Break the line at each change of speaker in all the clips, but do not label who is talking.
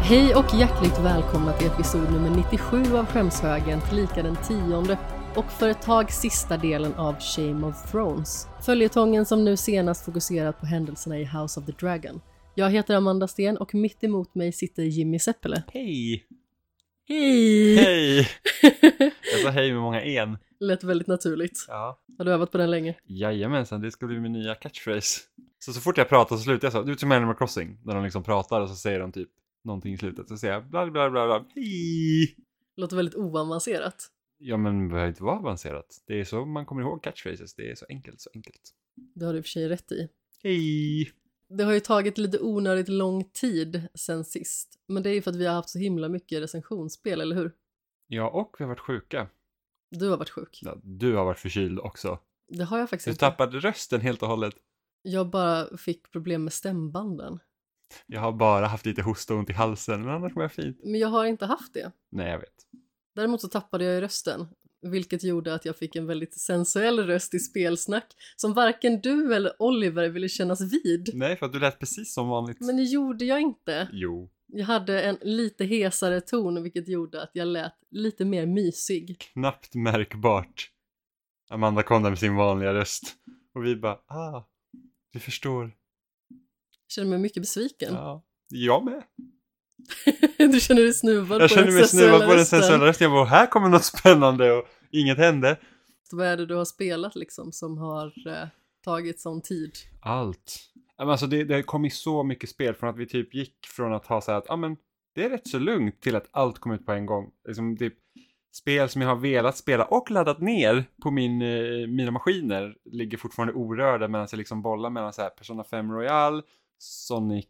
Hej och hjärtligt välkomna till episod nummer 97 av Skämshögen, tillika den 10:e och för ett tag sista delen av Shame of Thrones. Följetongen som nu senast fokuserat på händelserna i House of the Dragon. Jag heter Amanda Sten och mitt emot mig sitter Jimmy Seppele.
Hej!
Hej!
Hej! Jag sa hej med många en.
Lät väldigt naturligt.
Ja.
Har du övat på den länge?
Jajamensan, det ska bli min nya catchphrase. Så fort jag pratar så slutar jag så. Du är som Animal Crossing, där de liksom pratar och så säger de typ någonting i slutet. Så säger jag bla bla bla bla, hej!
Låter väldigt oavancerat.
Ja, men det behöver inte vara avancerat. Det är så man kommer ihåg catchphrases. Det är så enkelt, så enkelt.
Det har du i och för sig rätt i.
Hej!
Det har ju tagit lite onödigt lång tid sen sist. Men det är ju för att vi har haft så himla mycket recensionsspel, eller hur?
Ja, och vi har varit sjuka.
Du har varit sjuk.
Ja, du har varit förkyld också.
Det har jag faktiskt
Du
inte.
tappade rösten helt och hållet.
Jag bara fick problem med stämbanden.
Jag har bara haft lite hosta och ont i halsen, men annars var jag fint.
Men jag har inte haft det.
Nej, jag vet.
Däremot så tappade jag i rösten. Vilket gjorde att jag fick en väldigt sensuell röst i spelsnack. Som varken du eller Oliver ville kännas vid.
Nej, för att du lät precis som vanligt.
Men det gjorde jag inte.
Jo.
Jag hade en lite hesare ton, vilket gjorde att jag lät lite mer mysig.
Knappt märkbart. Amanda kom där med sin vanliga röst. Och vi bara, vi förstår.
Jag känner mig mycket besviken.
Ja, jag med.
Du känner dig snuvad
Jag
på
känner
den
mig snuvad på den
rösten.
sensuella rösten. Jag bara, här kommer något spännande och inget hände.
Vad är det du har spelat liksom som har tagit sån tid?
Allt. Alltså det kom i så mycket spel från att vi typ gick från att ha så här att, men det är rätt så lugnt till att allt kom ut på en gång. Liksom typ spel som jag har velat spela och laddat ner på mina maskiner ligger fortfarande orörda medan jag liksom bollar mellan så här Persona 5 Royal, Sonic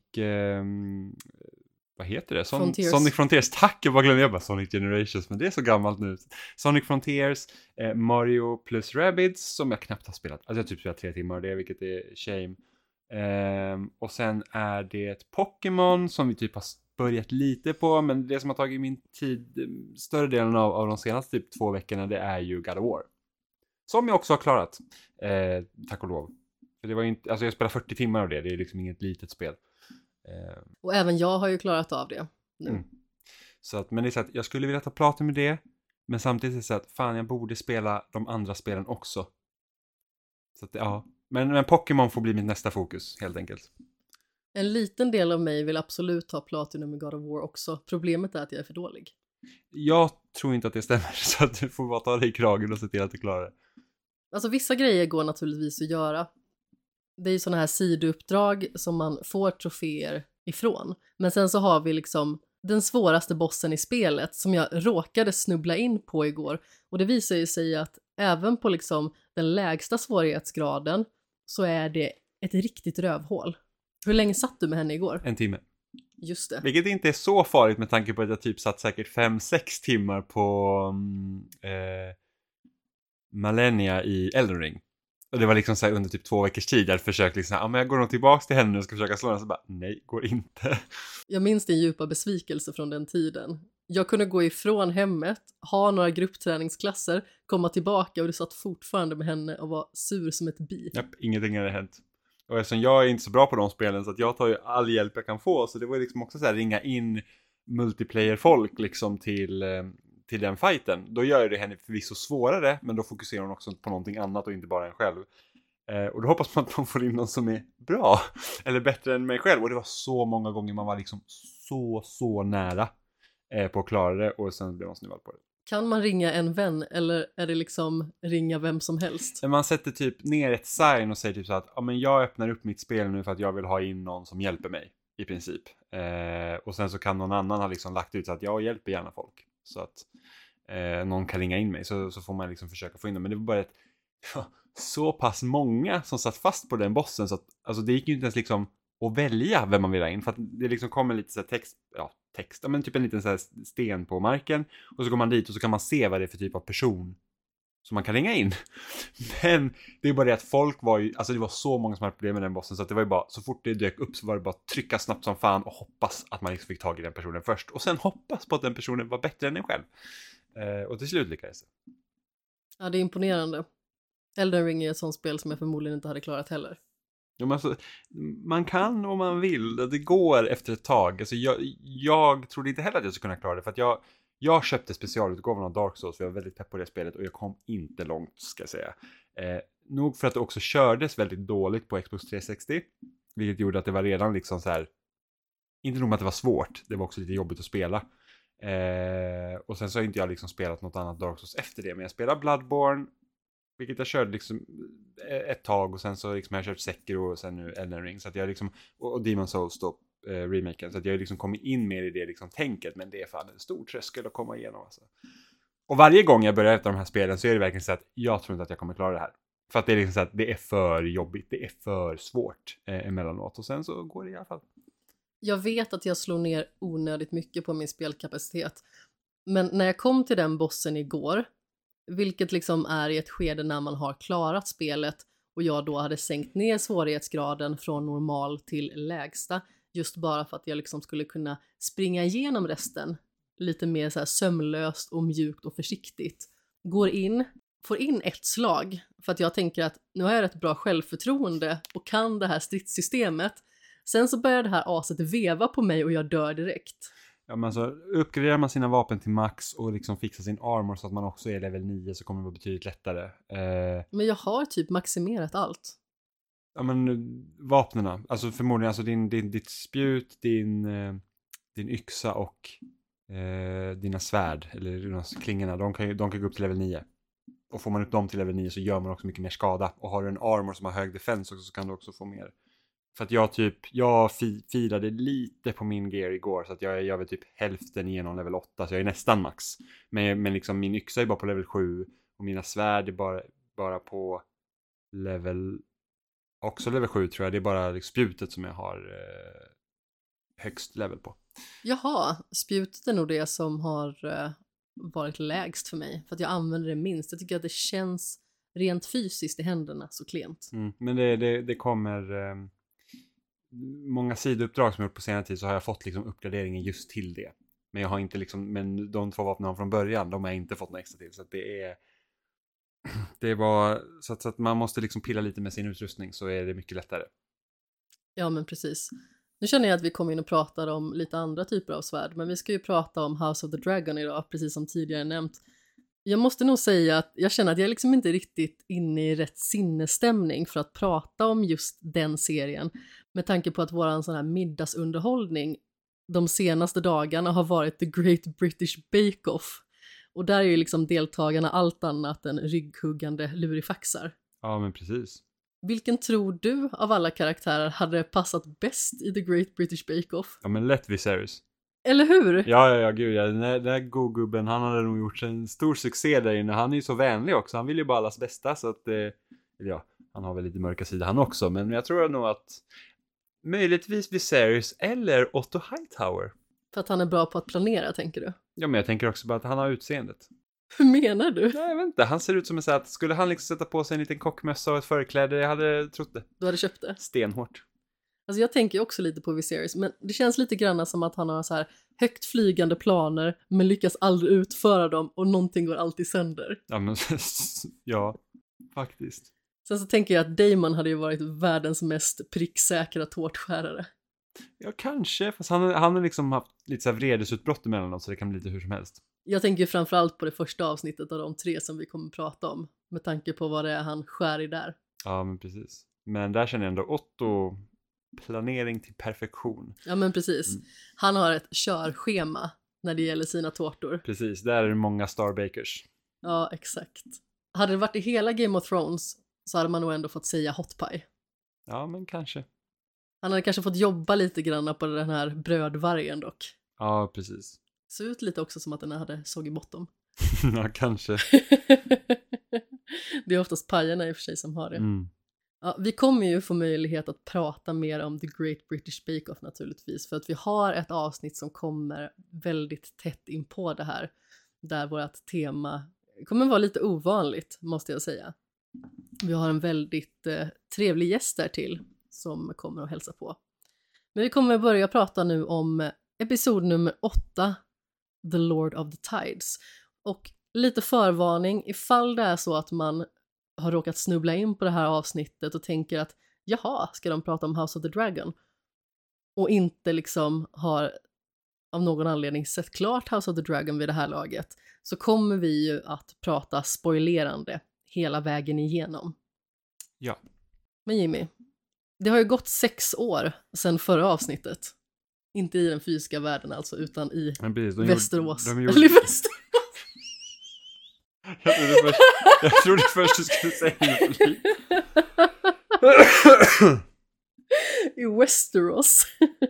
vad heter det?
Frontiers.
Sonic Frontiers. Tack, jag bara glömde. Jag bara Sonic Generations, men det är så gammalt nu. Sonic Frontiers, Mario plus Rabbids som jag knappt har spelat. Alltså jag har typ spelat 3 timmar det, vilket är shame. Och sen är det Pokémon som vi typ har börjat lite på, men det som har tagit min tid större delen av de senaste typ 2 veckorna, det är ju God of War. Som jag också har klarat. Tack och lov. För det var inte, alltså jag spelar 40 timmar av det. Det är liksom inget litet spel.
Och även jag har ju klarat av det nu.
Så att, men det är så att jag skulle vilja ta platin med det, men samtidigt är det så att fan, jag borde spela de andra spelen också. Så att, ja. Men Pokémon får bli mitt nästa fokus, helt enkelt.
En liten del av mig vill absolut ta Platinum i God of War också. Problemet är att jag är för dålig.
Jag tror inte att det stämmer, så att du får bara ta dig i kragen och se till att du klarar det.
Alltså vissa grejer går naturligtvis att göra. Det är ju sådana här sidouppdrag som man får troféer ifrån. Men sen så har vi liksom den svåraste bossen i spelet som jag råkade snubbla in på igår. Och det visar ju sig att även på liksom den lägsta svårighetsgraden så är det ett riktigt rövhål. Hur länge satt du med henne igår?
1 timme.
Just det.
Vilket inte är så farligt med tanke på att jag typ satt säkert 5-6 timmar på Malenia i Elden Ring. Och det var liksom så här under typ 2 veckors tid. Jag försökte liksom, men jag går nog tillbaks till henne och ska försöka slå henne. Så bara, nej, går inte.
Jag minns din djupa besvikelse från den tiden. Jag kunde gå ifrån hemmet, ha några gruppträningsklasser, komma tillbaka och du satt fortfarande med henne och var sur som ett bi.
Japp, ingenting hade hänt. Och eftersom jag är inte så bra på de spelen så att jag tar ju all hjälp jag kan få. Så det var ju liksom också så här ringa in multiplayer-folk liksom till den fighten. Då gör det henne förvisso svårare, men då fokuserar hon också på någonting annat och inte bara en själv. Och då hoppas man att man får in någon som är bra. Eller bättre än mig själv. Och det var så många gånger man var liksom så nära på att klara det. Och sen blev man snuvad på det.
Kan man ringa en vän eller är det liksom ringa vem som helst?
Man sätter typ ner ett sign och säger typ så att men jag öppnar upp mitt spel nu för att jag vill ha in någon som hjälper mig. I princip. Och sen så kan någon annan ha liksom lagt ut så att jag hjälper gärna folk. Så att någon kan ringa in mig. Så får man liksom försöka få in dem. Men det var bara så pass många som satt fast på den bossen. Så att alltså, det gick ju inte ens liksom att välja vem man vill ha in. För att det liksom kommer lite så här text. Men typ en liten så här sten på marken. Och så går man dit och så kan man se vad det är för typ av person som man kan ringa in. Men det är bara det att folk var ju, alltså det var så många som hade problem med den bossen så att det var ju bara, så fort det dök upp så var det bara trycka snabbt som fan och hoppas att man liksom fick tag i den personen först. Och sen hoppas på att den personen var bättre än en själv. Och till slut lyckades det.
Ja, det är imponerande. Elden Ring är ett sånt spel som jag förmodligen inte hade klarat heller.
Ja, men alltså, man kan om man vill, det går efter ett tag. Alltså, jag trodde inte heller att jag skulle kunna klara det, för att jag köpte specialutgåvan av Dark Souls, för jag var väldigt pepp på det spelet och jag kom inte långt, ska jag säga. Nog för att det också kördes väldigt dåligt på Xbox 360, vilket gjorde att det var redan liksom så här, inte nog med att det var svårt, det var också lite jobbigt att spela. Och sen så har inte jag liksom spelat något annat Dark Souls efter det, men jag spelade Bloodborne, vilket jag körde liksom ett tag, och sen så liksom jag har kört Sekiro och sen nu Elden Ring, så att jag liksom, och Demon's Souls då, remaken, så att jag liksom kommit in mer i det liksom tänket, men det är fan en stor tröskel att komma igenom alltså. Och varje gång jag börjar efter de här spelen så är det verkligen så att jag tror inte att jag kommer klara det här. För att det är liksom så att det är för jobbigt, det är för svårt emellanåt, och sen så går det i alla fall.
Jag vet att jag slår ner onödigt mycket på min spelkapacitet. Men när jag kom till den bossen igår, vilket liksom är i ett skede när man har klarat spelet och jag då hade sänkt ner svårighetsgraden från normal till lägsta, just bara för att jag liksom skulle kunna springa igenom resten lite mer så här sömlöst och mjukt och försiktigt. Går in, får in ett slag för att jag tänker att nu har jag rätt bra självförtroende och kan det här stridssystemet. Sen så börjar det här aset veva på mig och jag dör direkt.
Ja, men alltså, uppgraderar man sina vapen till max och liksom fixar sin armor så att man också är level 9, så kommer det vara betydligt lättare.
Men jag har typ maximerat allt.
Ja, men vapnena, alltså förmodligen alltså ditt spjut, din yxa och dina svärd, eller dina klingorna, de kan gå upp till level 9. Och får man upp dem till level 9 så gör man också mycket mer skada. Och har du en armor som har hög defense också, så kan du också få mer. För att jag firade lite på min gear igår, så att jag är väl typ hälften igenom level 8, så jag är nästan max. Men liksom min yxa är bara på level 7 och mina svärd är bara på level, också level 7 tror jag. Det är bara liksom spjutet som jag har högst level på.
Jaha, spjutet är nog det som har varit lägst för mig, för att jag använder det minst. Jag tycker att det känns rent fysiskt i händerna så klent.
Men det kommer många sidouppdrag som jag gjort på senare tid, så har jag fått liksom uppgraderingen just till det. Men jag har inte liksom, men de 2 vapnen från början, de har jag inte fått något extra till, så att det var så att man måste liksom pilla lite med sin utrustning, så är det mycket lättare.
Ja, men precis. Nu känner jag att vi kommer in och pratar om lite andra typer av svärd, men vi ska ju prata om House of the Dragon idag, precis som tidigare nämnt. Jag måste nog säga att jag känner att jag liksom inte riktigt inne i rätt sinnesstämning för att prata om just den serien, med tanke på att våran sån här middagsunderhållning de senaste dagarna har varit The Great British Bake Off. Och där är ju liksom deltagarna allt annat än rygghuggande lurifaxar.
Ja, men precis.
Vilken tror du av alla karaktärer hade passat bäst i The Great British Bake Off?
Ja, men lätt Viserys.
Eller hur?
Ja, gud. Ja. Den där godgubben, han hade nog gjort en stor succé där inne. Han är ju så vänlig också. Han vill ju bara allas bästa, så att ja, han har väl lite mörka sidor han också. Men jag tror nog att möjligtvis Viserys eller Otto Hightower.
För att han är bra på att planera, tänker du?
Ja, men jag tänker också bara att han har utseendet.
Hur menar du?
Nej, jag vet inte. Han ser ut som en så att skulle han liksom sätta på sig en liten kockmössa och ett förkläde, jag hade trott det.
Du hade köpt det?
Stenhårt.
Alltså jag tänker också lite på Viserys, men det känns lite grann som att han har så här högt flygande planer, men lyckas aldrig utföra dem och någonting går alltid sönder.
Ja, men ja, faktiskt.
Sen så tänker jag att Daemon hade ju varit världens mest pricksäkra tårtskärare.
Ja, kanske. Fast han har liksom haft lite så här vredesutbrott emellanåt, så det kan bli lite hur som helst.
Jag tänker ju framförallt på det första avsnittet av de 3 som vi kommer att prata om, med tanke på vad det är han skär i där.
Ja, men precis. Men där känner jag ändå Otto, planering till perfektion.
Ja, men precis. Han har ett körschema när det gäller sina tårtor.
Precis, där är det många Starbakers.
Ja, exakt. Hade det varit i hela Game of Thrones så hade man nog ändå fått säga hot pie.
Ja, men kanske.
Han hade kanske fått jobba lite grann på den här brödvargen dock.
Ja, precis.
Såg ut lite också som att den hade såg i botten.
Ja, kanske.
Det är oftast pajerna i och för sig som har det. Ja, vi kommer ju få möjlighet att prata mer om The Great British Bake Off naturligtvis, för att vi har ett avsnitt som kommer väldigt tätt in på det här, där vårt tema kommer vara lite ovanligt, måste jag säga. Vi har en väldigt trevlig gäst där till som kommer att hälsa på. Men vi kommer börja prata nu om episod nummer 8, The Lord of the Tides. Och lite förvarning, ifall det är så att man har råkat snubbla in på det här avsnittet och tänker att jaha, ska de prata om House of the Dragon? Och inte liksom har av någon anledning sett klart House of the Dragon vid det här laget, så kommer vi ju att prata spoilerande hela vägen igenom.
Ja.
Men Jimmy, det har ju gått 6 år sedan förra avsnittet. Inte i den fysiska världen alltså, utan i Västerås. Eller i Västerås.
Jag trodde först du skulle säga det.
I Westeros.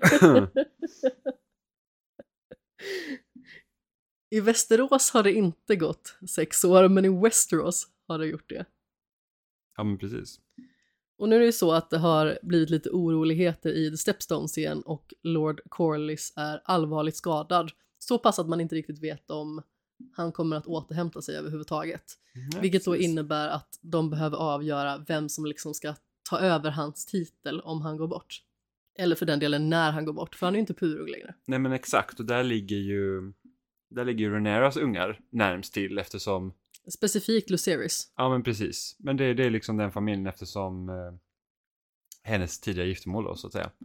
I Västerås har det inte gått 6 år, men i Westeros har det gjort det.
Ja, men precis.
Och nu är det ju så att det har blivit lite oroligheter i The Stepstones igen och Lord Corlys är allvarligt skadad. Så pass att man inte riktigt vet om han kommer att återhämta sig överhuvudtaget.
Nej,
vilket då
precis.
innebär att de behöver avgöra vem som liksom ska ta över hans titel om han går bort. Eller för den delen när han går bort, för han är ju inte purung längre.
Nej, men exakt, och där ligger ju Rhaenyras ungar närmst till, eftersom
Specifikt Lucerys.
ja, men precis. Men det är liksom den familjen, eftersom hennes tidigare giftermål då, så att säga.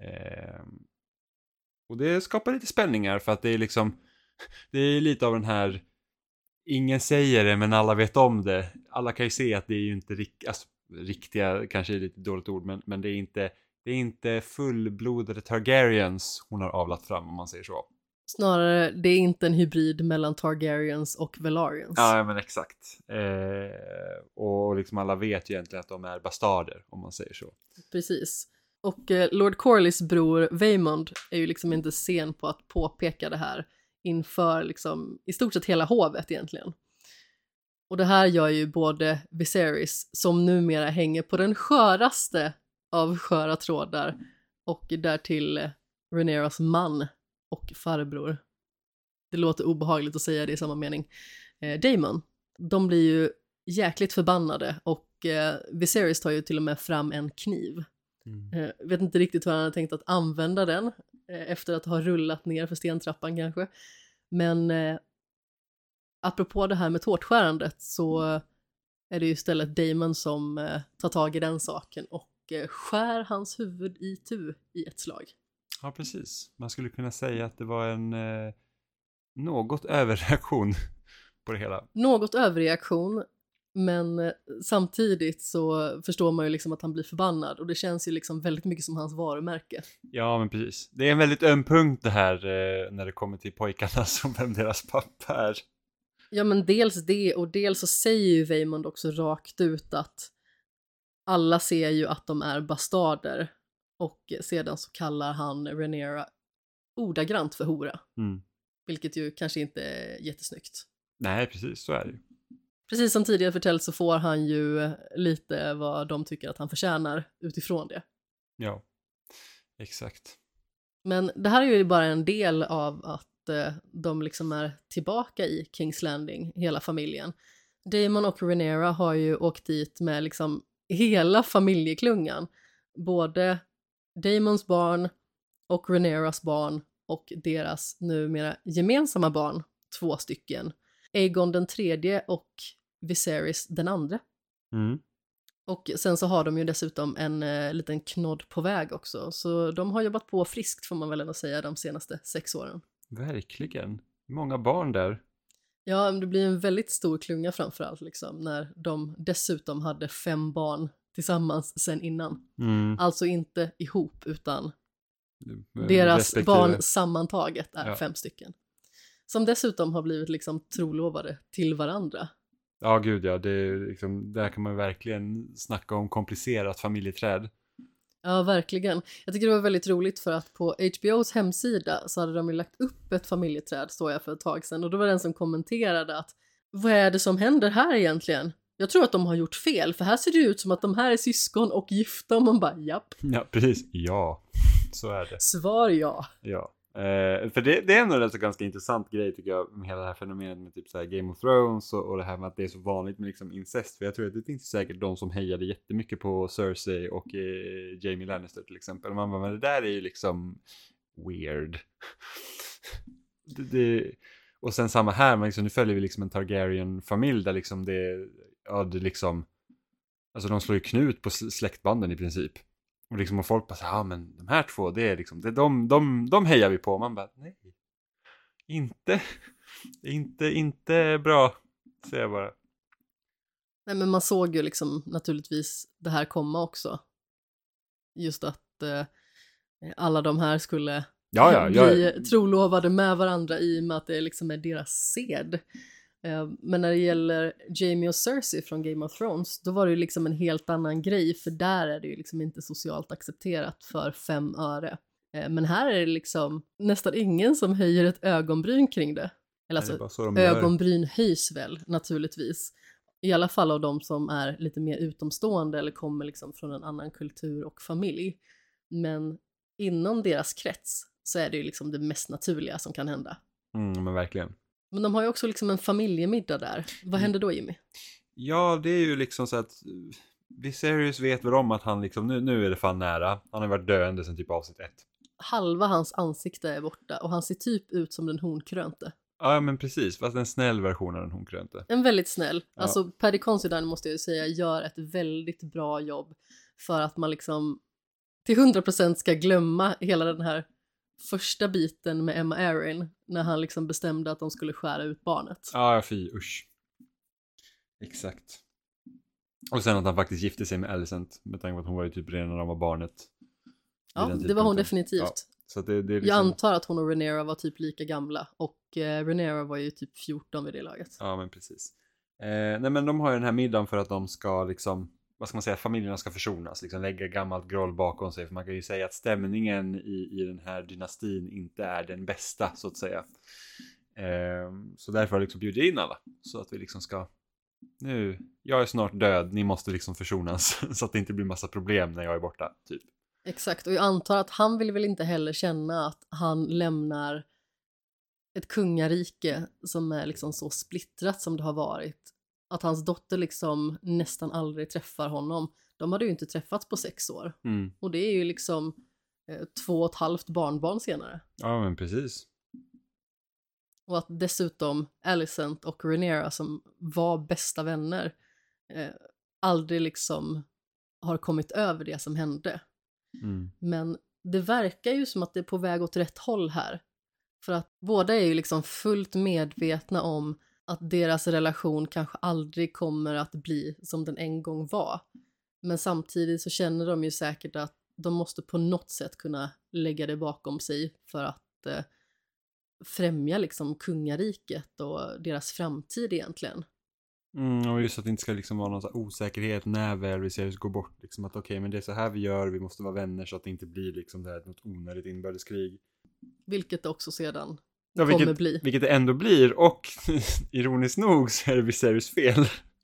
Och det skapar lite spänningar, för att det är liksom det är lite av den här, ingen säger det men alla vet om det. Alla kan ju se att det är ju inte riktiga, kanske är lite dåligt ord, men det är inte fullblodade Targaryens hon har avlat fram, om man säger så.
Snarare, det är inte en hybrid mellan Targaryens och Velaryens.
Ja, men exakt. Och liksom alla vet ju egentligen att de är bastarder, om man säger så.
Precis. Och Lord Corlys bror Vaemond är ju liksom inte sen på att påpeka det här inför liksom i stort sett hela hovet egentligen. Och det här gör ju både Viserys, som numera hänger på den sköraste av sköra trådar, och därtill Rhaenyras man och farbror. Det låter obehagligt att säga det i samma mening. Daemon. De blir ju jäkligt förbannade, och Viserys tar ju till och med fram en kniv. Vet inte riktigt hur han hade tänkt att använda den efter att ha rullat ner för stentrappan kanske. Men apropå det här med tårtskärandet, så är det ju istället Daemon som tar tag i den saken och skär hans huvud i tu i ett slag.
Ja, precis. Man skulle kunna säga att det var en något överreaktion på det hela.
Något överreaktion, men samtidigt så förstår man ju liksom att han blir förbannad, och det känns ju liksom väldigt mycket som hans varumärke.
Ja, men precis. Det är en väldigt öm punkt det här när det kommer till pojkarna, som vem deras pappa är.
Ja, men dels det, och dels så säger ju Vaemond också rakt ut att alla ser ju att de är bastarder, och sedan så kallar han Rhaenyra ordagrant för hora. Vilket ju kanske inte är jättesnyggt.
Nej, precis, så är det ju.
Precis som tidigare förtällt så får han ju lite vad de tycker att han förtjänar utifrån det.
Ja, exakt.
Men det här är ju bara en del av att de liksom är tillbaka i King's Landing, hela familjen. Daemon och Rhaenyra har ju åkt dit med liksom hela familjeklungan. Både Daemons barn och Rhaenyras barn och deras numera gemensamma barn, 2 stycken. Aegon den 3 och Viserys den 2. Och sen så har de ju dessutom en liten knodd på väg också. Så de har jobbat på friskt, får man väl ändå säga, de senaste 6 åren.
Verkligen. Många barn där.
Ja, det blir en väldigt stor klunga framförallt liksom, när de dessutom hade 5 barn tillsammans sen innan. Alltså inte ihop, utan deras respektive barn sammantaget är 5 stycken. Som dessutom har blivit liksom trolovade till varandra.
Ja, gud ja. Det är liksom, där kan man verkligen snacka om komplicerat familjeträd.
Ja, verkligen. Jag tycker det var väldigt roligt, för att på HBOs hemsida så hade de ju lagt upp ett familjeträd, står jag för ett tag sedan. Och då var det en som kommenterade att vad är det som händer här egentligen? Jag tror att de har gjort fel, för här ser det ut som att de här är syskon och gifta, och man bara, japp.
Ja, precis. Ja, så är det.
Svar ja.
Ja. För det är ändå en ganska intressant grej, tycker jag, med hela det här fenomenet med typ så här Game of Thrones och det här med att det är så vanligt med liksom incest. För jag tror att det finns säkert de som hejade jättemycket på Cersei och Jaime Lannister till exempel. Man bara, men det där är ju liksom weird. Och sen samma här, men liksom, nu följer vi liksom en Targaryen-familj där liksom det liksom, Alltså de slår ju knut på släktbanden i princip. Och liksom och folk bara så här, ja men de här två, det är liksom, de hejar vi på. Man bara, nej. Inte bra, säger jag bara.
Nej, men man såg ju liksom naturligtvis det här komma också. Just att alla de här skulle bli trolovade med varandra i och med att det liksom är deras sed. Men när det gäller Jaime och Cersei från Game of Thrones, då var det ju liksom en helt annan grej, för där är det ju liksom inte socialt accepterat för 5 öre. Men här är det liksom nästan ingen som höjer ett ögonbryn kring det. Eller alltså, ögonbryn höjs väl naturligtvis. I alla fall av de som är lite mer utomstående eller kommer liksom från en annan kultur och familj. Men inom deras krets så är det ju liksom det mest naturliga som kan hända.
Men verkligen.
Men de har ju också liksom en familjemiddag där. Vad händer då, Jimmy?
Ja, det är ju liksom så att Viserys vet väl om att han liksom, nu är det fan nära. Han har varit döende sedan typ avsnitt 1.
Halva hans ansikte är borta och han ser typ ut som den hornkrönte.
Ja, men precis. Fast en snäll version av den hornkrönte.
En väldigt snäll. Ja. Alltså Paddy Considine måste jag ju säga gör ett väldigt bra jobb för att man liksom till 100% ska glömma hela den här första biten med Emma Arryn när han liksom bestämde att de skulle skära ut barnet.
Ja, fy, usch. Exakt. Och sen att han faktiskt gifte sig med Alicent med tanke på att hon var ju typ redan när de var barnet.
Ja, det var hon definitivt. Ja,
så det är liksom...
Jag antar att hon och Rhaenyra var typ lika gamla och Rhaenyra var ju typ 14 vid det laget.
Ja, men precis. Nej, men de har ju den här middagen för att de ska liksom, vad ska man säga, familjerna ska försonas, liksom lägga gammalt groll bakom sig, för man kan ju säga att stämningen i den här dynastin inte är den bästa, så att säga. Så därför har jag liksom bjudit in alla, så att vi liksom ska, nu, jag är snart död, ni måste liksom försonas, så att det inte blir massa problem när jag är borta, typ.
Exakt, och jag antar att han vill väl inte heller känna att han lämnar ett kungarike som är liksom så splittrat som det har varit. Att hans dotter liksom nästan aldrig träffar honom. De hade ju inte träffats på 6 år. Och det är ju liksom 2,5 barnbarn senare.
Ja, men precis.
Och att dessutom Alicent och Rhaenyra som var bästa vänner aldrig liksom har kommit över det som hände. Men det verkar ju som att det är på väg åt rätt håll här. För att båda är ju liksom fullt medvetna om att deras relation kanske aldrig kommer att bli som den en gång var. Men samtidigt så känner de ju säkert att de måste på något sätt kunna lägga det bakom sig för att främja liksom kungariket och deras framtid egentligen.
Och just att det inte ska liksom vara någon så osäkerhet när väl Viserys går bort. Liksom att okej, men det är så här vi gör, vi måste vara vänner så att det inte blir liksom det här något onödigt inbördeskrig.
Vilket det också sedan kommer bli.
Vilket det ändå blir, och ironiskt nog så är det Viserys fel.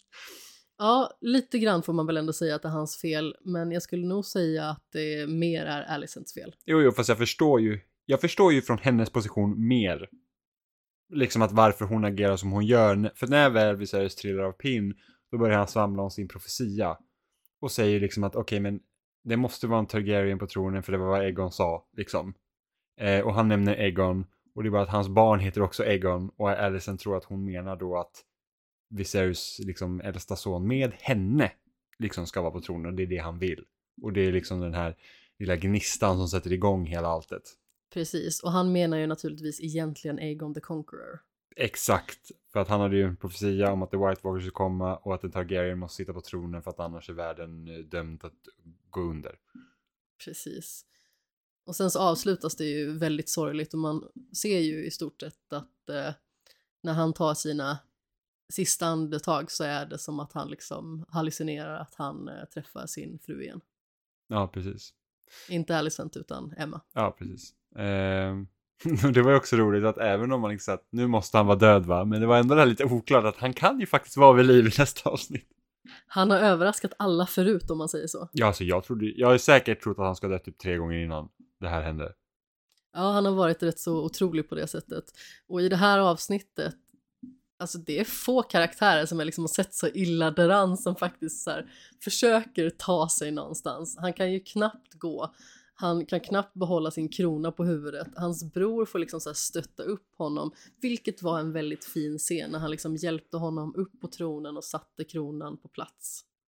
Ja, lite grann får man väl ändå säga att det är hans fel, men jag skulle nog säga att det mer är Alicents fel.
Jo, fast jag förstår ju från hennes position mer. Liksom att varför hon agerar som hon gör. För när väl Viserys trillar av pinn, då börjar han svamla om sin profetia. Och säger liksom att okej, men det måste vara en Targaryen på tronen, för det var vad Aegon sa, liksom. Och han nämner Aegon, och det är bara att hans barn heter också Aegon, och Alicent tror att hon menar då att Viserys liksom äldsta son med henne liksom ska vara på tronen, och det är det han vill. Och det är liksom den här lilla gnistan som sätter igång hela alltet.
Precis, och han menar ju naturligtvis egentligen Aegon the Conqueror.
Exakt, för att han hade ju en profetia om att The White Walkers skulle komma och att en Targaryen måste sitta på tronen för att annars är världen dömd att gå under.
Precis. Och sen så avslutas det ju väldigt sorgligt och man ser ju i stort sett att när han tar sina sista andetag så är det som att han liksom hallucinerar att han träffar sin fru igen.
Ja, precis.
Inte Alicent utan Emma.
Ja, precis. Det var ju också roligt att även om man liksom att nu måste han vara död, va? Men det var ändå lite oklart att han kan ju faktiskt vara vid liv i nästa avsnitt.
Han har överraskat alla förut, om man säger så.
Ja, alltså jag har säkert trott att han ska dö typ 3 gånger innan det här hände.
Ja, han har varit rätt så otrolig på det sättet. Och i det här avsnittet, alltså det är få karaktärer som jag liksom har sett så illa däran som faktiskt så här försöker ta sig någonstans. Han kan ju knappt gå. Han kan knappt behålla sin krona på huvudet. Hans bror får liksom så här stötta upp honom. Vilket var en väldigt fin scen när han liksom hjälpte honom upp på tronen och satte kronan på plats.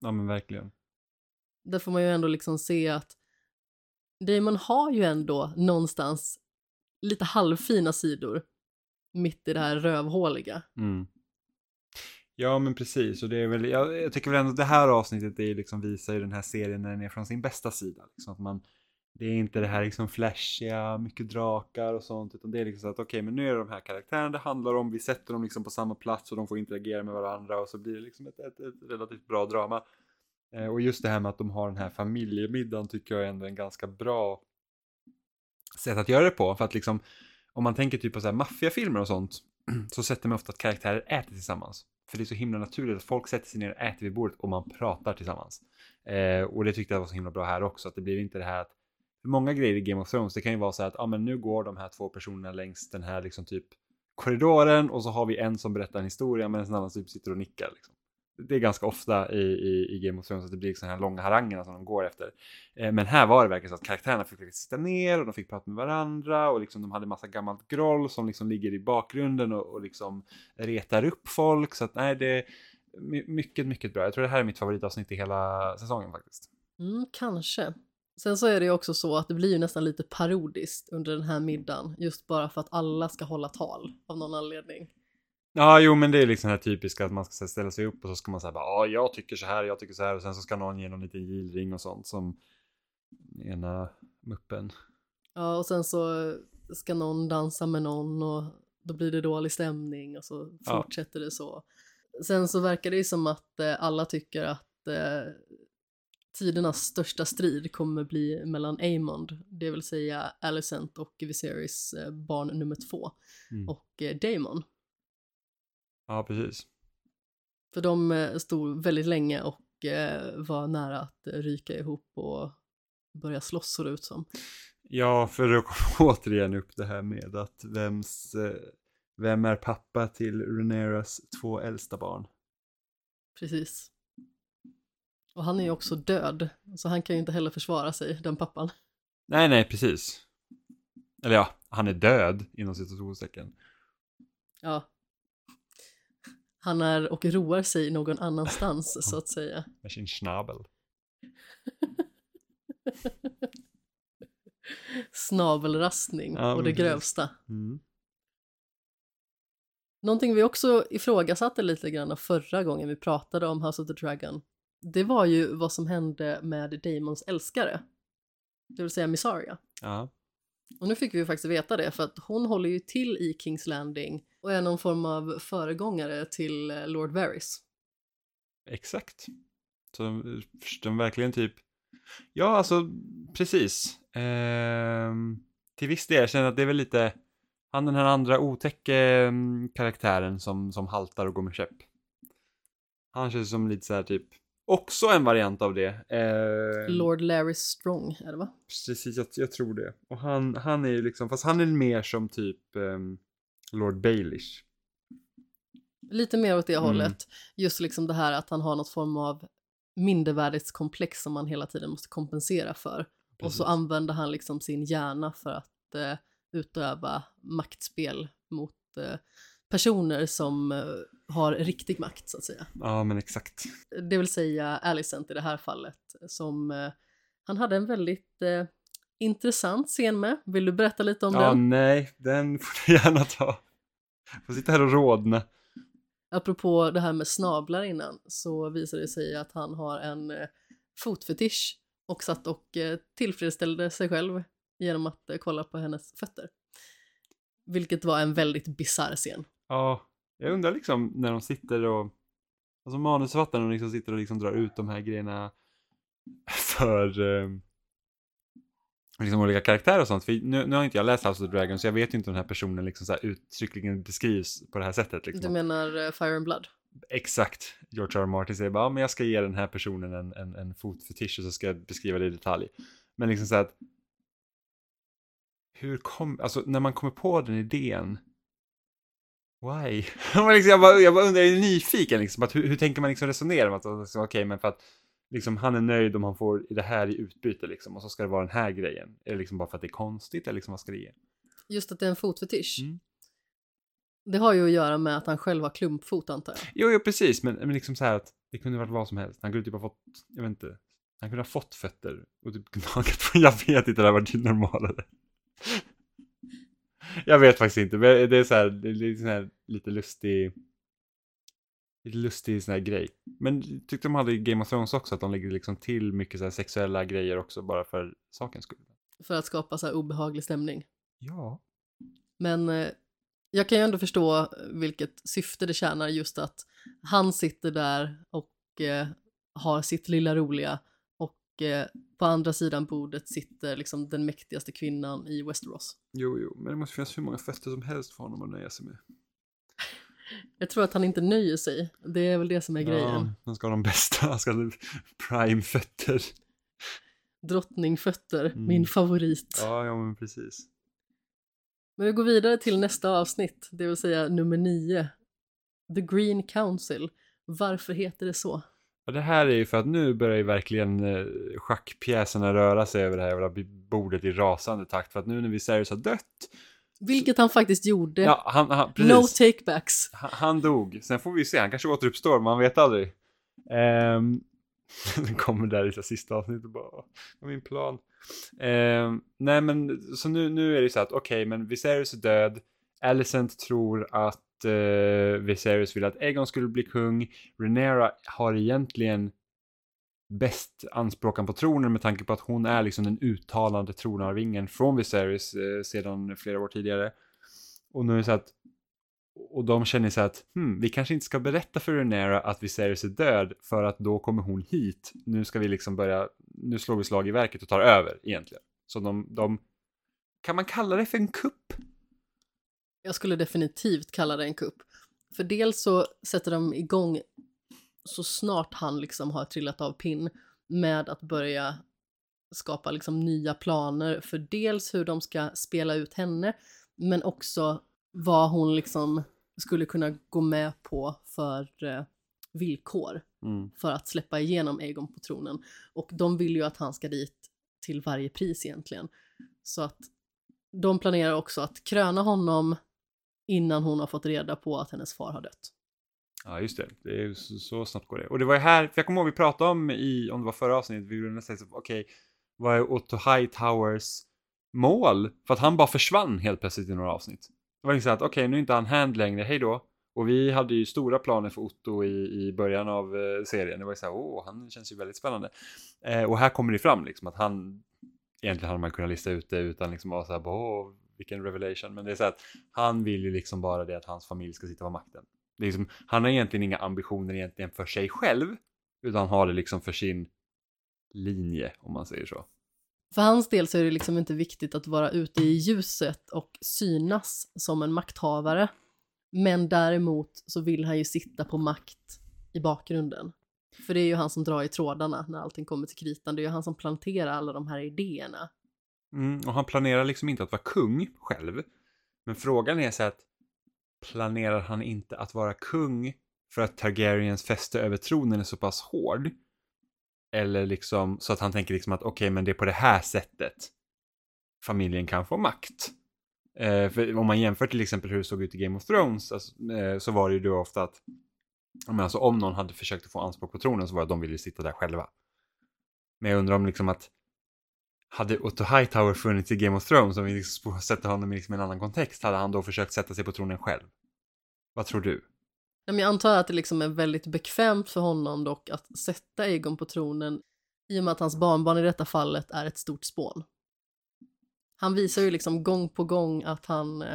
Ja, men verkligen.
Där får man ju ändå liksom se att Daemon har ju ändå någonstans lite halvfina sidor mitt i det här rövhåliga.
Mm. Ja, men precis. Och det är väl, jag tycker väl ändå det här avsnittet är liksom, visar ju den här serien när den är från sin bästa sida. Liksom att man, det är inte det här liksom flashiga, mycket drakar och sånt, utan det är liksom så att okej, men nu är det de här karaktärerna det handlar om, vi sätter dem liksom på samma plats och de får interagera med varandra och så blir det liksom ett relativt bra drama. Och just det här med att de har den här familjemiddagen tycker jag är ändå en ganska bra sätt att göra det på, för att liksom om man tänker typ på så här maffiafilmer och sånt så sätter man ofta att karaktärer äter tillsammans. För det är så himla naturligt att folk sätter sig ner och äter vid bordet och man pratar tillsammans. Och det tyckte jag var så himla bra här också. Att det blir inte det här att för många grejer i Game of Thrones, det kan ju vara så här att men nu går de här två personerna längs den här liksom typ korridoren och så har vi en som berättar en historia medan en annan typ sitter och nickar liksom. Det är ganska ofta i Game of Thrones att det blir såna här långa harangerna som de går efter. Men här var det verkligen så att karaktärerna fick sitta ner och de fick prata med varandra och liksom de hade massa gammalt groll som liksom ligger i bakgrunden och liksom retar upp folk. Så att nej, det är mycket, mycket bra. Jag tror det här är mitt favoritavsnitt i hela säsongen faktiskt.
Kanske. Sen så är det ju också så att det blir ju nästan lite parodiskt under den här middagen. Just bara för att alla ska hålla tal av någon anledning.
Ja, jo, men det är liksom det här typiska att man ska ställa sig upp och så ska man säga ja, jag tycker så här och sen så ska någon ge någon liten gillring och sånt som ena muppen.
Ja, och sen så ska någon dansa med någon och då blir det dålig stämning och så fortsätter det så. Sen så verkar det ju som att alla tycker att tidernas största strid kommer bli mellan Aemond, det vill säga Alicent och Viserys barn nummer 2 och Daemon.
Ja, precis.
För de stod väldigt länge och var nära att ryka ihop och börja slåss så det ut som.
Ja, för att komma återigen upp det här med att vem är pappa till Rhaenyras 2 äldsta barn?
Precis. Och han är ju också död, så han kan ju inte heller försvara sig, den pappan.
Nej, precis. Eller ja, han är död inom citationstecken.
Ja. Han är och roar sig någon annanstans, så att säga.
Med sin snabel.
Snabelrastning
Ja,
och det grövsta.
Mm.
Någonting vi också ifrågasatte lite grann förra gången vi pratade om House of the Dragon, det var ju vad som hände med Daemons älskare. Det vill säga Mysaria.
Ja.
Och nu fick vi ju faktiskt veta det, för att hon håller ju till i King's Landing och är någon form av föregångare till Lord Varys.
Exakt. Så de verkligen typ... Ja, alltså precis. Till viss del känner jag att det är väl lite... Han den här andra otäcke karaktären som haltar och går med käpp. Han känns som lite så här typ... Också en variant av det.
Lord Larry Strong är det, va?
Precis, jag tror det. Och han är ju liksom... Fast han är mer som typ Lord Baelish.
Lite mer åt det hållet. Just liksom det här att han har något form av mindervärdighetskomplex som man hela tiden måste kompensera för. Precis. Och så använder han liksom sin hjärna för att utöva maktspel mot personer som har riktig makt, så att säga.
Ja, men exakt.
Det vill säga Alicent i det här fallet, som han hade en väldigt intressant scen med. Vill du berätta lite om den?
Ja, nej, den får du gärna ta. Får sitta här och rådna.
Apropå det här med snablar innan, så visade det sig att han har en fotfetisch och satt och tillfredsställde sig själv genom att kolla på hennes fötter. Vilket var en väldigt bizarr scen.
Ja, jag undrar liksom när de sitter och... Alltså manusförfattarna liksom sitter och liksom drar ut de här grejerna för liksom olika karaktärer och sånt. För nu har inte jag läst House of the Dragon, så jag vet ju inte om den här personen liksom så här uttryckligen beskrivs på det här sättet. Liksom.
Du menar Fire and Blood?
Exakt. George R. R. Martin säger bara, men jag ska ge den här personen en fotfetisch och så ska jag beskriva det i detalj. Men liksom så att alltså när man kommer på den idén, why? jag bara undrar, jag är nyfiken liksom, att hur tänker man liksom resonera? Att okej, men för att liksom, han är nöjd om han får det här i utbyte liksom, och så ska det vara den här grejen. Är det liksom bara för att det är konstigt, eller liksom, vad ska det ge?
Just att det är en fotfetisch. Det har ju att göra med att han själv har klumpfot, antar jag.
Jo, precis, men liksom så här att Det kunde varit vad som helst. Han kunde typ ha fått, jag vet inte. Han kunde ha fått fötter och typ gnagat på. Jag vet inte, det där var ju normalare. Jag vet faktiskt inte. Men det är så här, det är så här lite lustig sån här grej. Men tyckte de hade i Game of Thrones också att de lägger liksom till mycket så här sexuella grejer också bara för sakens skull.
För att skapa så här obehaglig stämning.
Ja.
Men jag kan ju ändå förstå vilket syfte det tjänar, just att han sitter där och har sitt lilla roliga och på andra sidan bordet sitter liksom den mäktigaste kvinnan i Westeros.
Jo, men det måste finnas hur många fester som helst för honom att nöja sig med.
Jag tror att han inte nöjer sig. Det är väl det som är grejen.
Han ska ha de bästa, han ska ha prime-fötter.
Drottningfötter, min favorit.
Ja, men precis.
Men vi går vidare till nästa avsnitt, det vill säga nummer 9. The Green Council. Varför heter det så?
Ja, det här är ju för att nu börjar ju verkligen schackpjäserna röra sig över det här jävla bordet i rasande takt. För att nu när Viserys har dött...
Vilket han faktiskt gjorde.
Ja, han precis.
No takebacks.
Han dog. Sen får vi se, han kanske återuppstår, man vet aldrig. Den kommer där i sista avsnittet och bara, vad är min plan? Nej men, så nu är det så att okej, men Viserys är död. Alicent tror att Viserys vill att Aegon skulle bli kung. Rhaenyra har egentligen bäst anspråkan på tronen med tanke på att hon är liksom den uttalande tronarvingen från Viserys sedan flera år tidigare. Och nu är det så att och de känner sig att vi kanske inte ska berätta för Rhaenyra att Viserys är död för att då kommer hon hit. Nu ska vi liksom nu slår vi slag i verket och tar över egentligen. Så de kan man kalla det för en kupp?
Jag skulle definitivt kalla det en kupp. För dels så sätter de igång så snart han liksom har trillat av pinn med att börja skapa liksom nya planer för dels hur de ska spela ut henne, men också vad hon liksom skulle kunna gå med på för villkor för att släppa igenom Aegon på tronen. Och de vill ju att han ska dit till varje pris egentligen. Så att de planerar också att kröna honom innan hon har fått reda på att hennes far har dött.
Ja, just det. Det är så snabbt går det. Och det var ju här, för jag kommer ihåg vi pratade om om det var förra avsnittet, vi ville säga okej, vad är Otto Hightowers mål? För att han bara försvann helt plötsligt i några avsnitt. Det var liksom att okej, nu är inte han hand längre, hej då. Och vi hade ju stora planer för Otto i början av serien. Det var ju så här, han känns ju väldigt spännande. Och här kommer det fram liksom att han, egentligen hade man kunnat lista ut det utan liksom vara så här, vilken revelation. Men det är så att han vill ju liksom bara det att hans familj ska sitta på makten. Det är liksom, han har egentligen inga ambitioner egentligen för sig själv, utan har det liksom för sin linje, om man säger så.
För hans del så är det liksom inte viktigt att vara ute i ljuset och synas som en makthavare. Men däremot så vill han ju sitta på makt i bakgrunden. För det är ju han som drar i trådarna när allting kommer till kritan. Det är ju han som planterar alla de här idéerna.
Och han planerar liksom inte att vara kung själv. Men frågan är så att planerar han inte att vara kung för att Targaryens fäste över tronen är så pass hård? Eller liksom så att han tänker liksom att okej, men det är på det här sättet familjen kan få makt. För om man jämför till exempel hur det såg ut i Game of Thrones, alltså, så var det ju då ofta att alltså, om någon hade försökt att få anspråk på tronen så var det att de ville sitta där själva. Men jag undrar om liksom att hade Otto Hightower funnits i Game of Thrones, om vi liksom sätter honom i liksom en annan kontext, hade han då försökt sätta sig på tronen själv? Vad tror du?
Jag antar att det liksom är väldigt bekvämt för honom dock att sätta Aegon på tronen i och med att hans barnbarn i detta fallet är ett stort spån. Han visar ju liksom gång på gång att han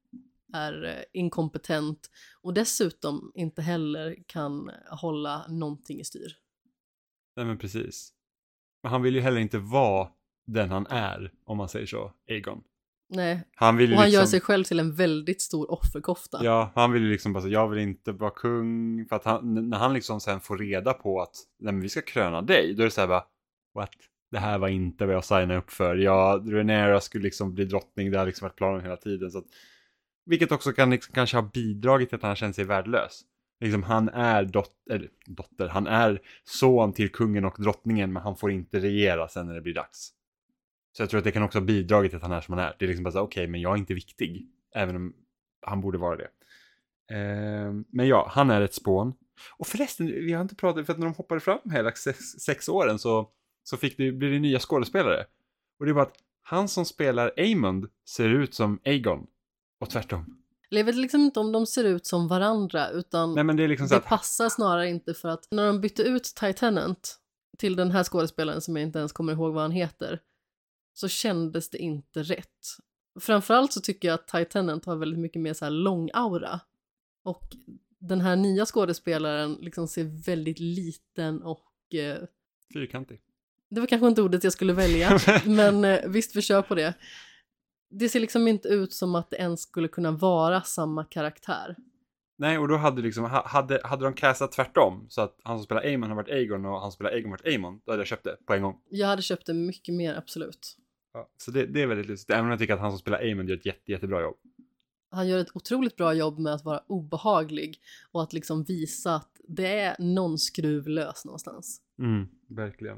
är inkompetent och dessutom inte heller kan hålla någonting i styr.
Nej, men precis. Men han vill ju heller inte vara den han är, om man säger så, Aegon.
Nej,
han vill
och han
liksom
gör sig själv till en väldigt stor offerkofta.
Ja, han vill ju liksom bara säga, jag vill inte vara kung. För att när han liksom sen får reda på att nej, men vi ska kröna dig, då är det så här bara, what? Det här var inte vad jag signade upp för. Rhaenyra skulle liksom bli drottning, det har liksom varit planen hela tiden. Så att, vilket också kan liksom, kanske ha bidragit till att han känner sig värdelös. Liksom, han är dotter, han är son till kungen och drottningen, men han får inte regera sen när det blir dags. Så jag tror att det kan också ha bidragit till att han är som han är. Det är liksom bara så okej, men jag är inte viktig. Även om han borde vara det. Men ja, han är ett spån. Och förresten, vi har inte pratat, för att när de hoppade fram hela 6 åren så blir det nya skådespelare. Och det är bara att han som spelar Aemond ser ut som Aegon. Och tvärtom.
Jag vet liksom inte om de ser ut som varandra, utan
Nej, men det är liksom så
det
att...
passar snarare inte, för att när de bytte ut Titenant till den här skådespelaren som jag inte ens kommer ihåg vad han heter, så kändes det inte rätt. Framförallt så tycker jag att Titenant har väldigt mycket mer så här lång aura. Och den här nya skådespelaren liksom ser väldigt liten och...
Fyrkantig.
Det var kanske inte ordet jag skulle välja, men visst, vi kör på det. Det ser liksom inte ut som att det ens skulle kunna vara samma karaktär.
Nej, och då hade liksom, hade de castat tvärtom, så att han som spelar Aemon har varit Aegon och han som spelar Aegon har varit Aemon, då hade jag köpt det på en gång.
Jag hade köpt det mycket mer, absolut.
Ja, så det är väldigt lustigt, även om jag tycker att han som spelar Aemon gör ett jättebra jobb.
Han gör ett otroligt bra jobb med att vara obehaglig och att liksom visa att det är någon skruv lös någonstans.
Verkligen.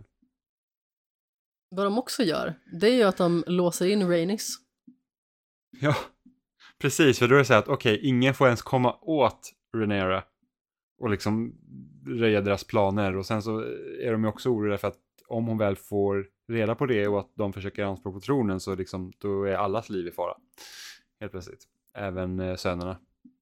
Vad de också gör, det är ju att de låser in Rhaenys.
Ja, precis, för då är det så här att okej, ingen får ens komma åt Rhaenyra och liksom röja deras planer, och sen så är de ju också oroliga för att om hon väl får reda på det och att de försöker anspråk på tronen, så liksom, då är allas liv i fara. Helt plötsligt. Även sönerna.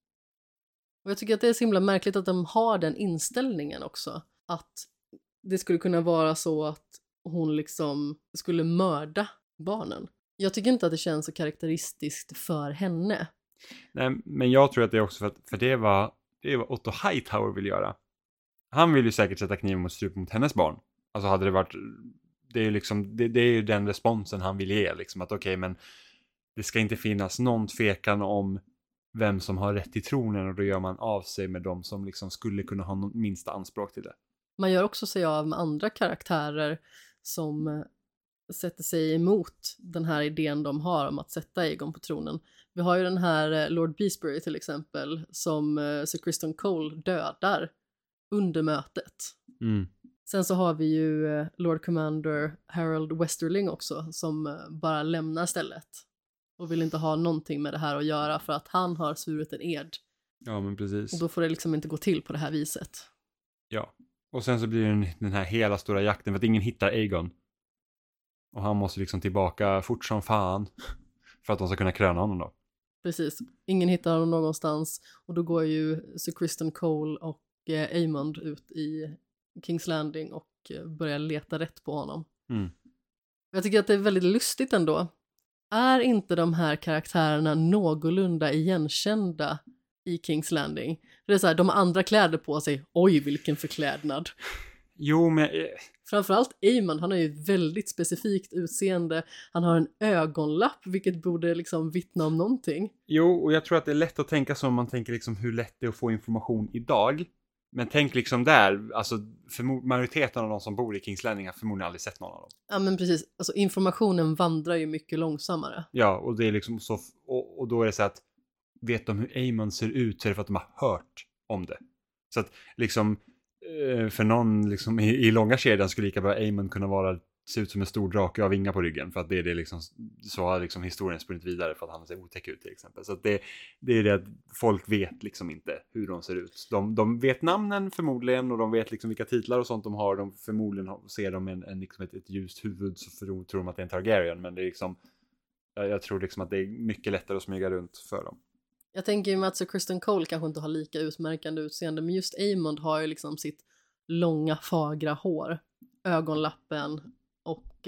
Och jag tycker att det är så himla märkligt att de har den inställningen också. Att det skulle kunna vara så att hon liksom skulle mörda barnen. Jag tycker inte att det känns så karaktäristiskt för henne.
Nej, men jag tror att det är också för det är vad Otto Hightower vill göra. Han vill ju säkert sätta kniven mot strupen mot hennes barn. Alltså hade det varit, det är ju liksom, det är ju den responsen han vill ge, liksom att okej, men det ska inte finnas någon tvekan om vem som har rätt till tronen, och då gör man av sig med dem som liksom skulle kunna ha någon minsta anspråk till det.
Man gör också sig av med andra karaktärer som sätter sig emot den här idén de har om att sätta Aegon på tronen. Vi har ju den här Lord Beesbury till exempel, som Sir Criston Cole dödar under mötet. Sen så har vi ju Lord Commander Harold Westerling också, som bara lämnar stället och vill inte ha någonting med det här att göra för att han har svurit en ed.
Ja, men precis.
Och då får det liksom inte gå till på det här viset.
Ja, och sen så blir det den här hela stora jakten för att ingen hittar Aegon. Och han måste liksom tillbaka fort som fan för att de ska kunna kröna honom då.
Precis, ingen hittar honom någonstans, och då går ju Sir Criston Cole och Aemond ut i King's Landing och börjar leta rätt på honom. Jag tycker att det är väldigt lustigt ändå. Är inte de här karaktärerna någorlunda igenkända i King's Landing? Det är så här, de har andra kläder på sig. Oj, vilken förklädnad.
Jo, men...
Framförallt Aemond, han har ju väldigt specifikt utseende. Han har en ögonlapp, vilket borde liksom vittna om någonting.
Jo, och jag tror att det är lätt att tänka så om man tänker liksom hur lätt det är att få information idag. Men tänk liksom där, alltså för majoriteten av de som bor i King's Landing har förmodligen aldrig sett någon av dem.
Ja, men precis. Alltså informationen vandrar ju mycket långsammare.
Ja, och det är liksom så, och då är det så att vet de hur Aemond ser ut, så är det för att de har hört om det. Så att liksom för någon liksom i långa kedjan skulle lika bra Aemond kunna se ut som en stor drake av vingar på ryggen, för att det är det liksom, så har liksom historien sprungit vidare för att han ser otäck ut till exempel. Så att det är det att folk vet liksom inte hur de ser ut. De vet namnen förmodligen, och de vet liksom vilka titlar och sånt de har. De förmodligen ser de liksom ett ljust huvud, så tror de att det är en Targaryen, men det är liksom, jag tror liksom att det är mycket lättare att smyga runt för dem.
Jag tänker ju med att Sir Criston Cole kanske inte har lika utmärkande utseende, men just Aemond har ju liksom sitt långa fagra hår, ögonlappen, och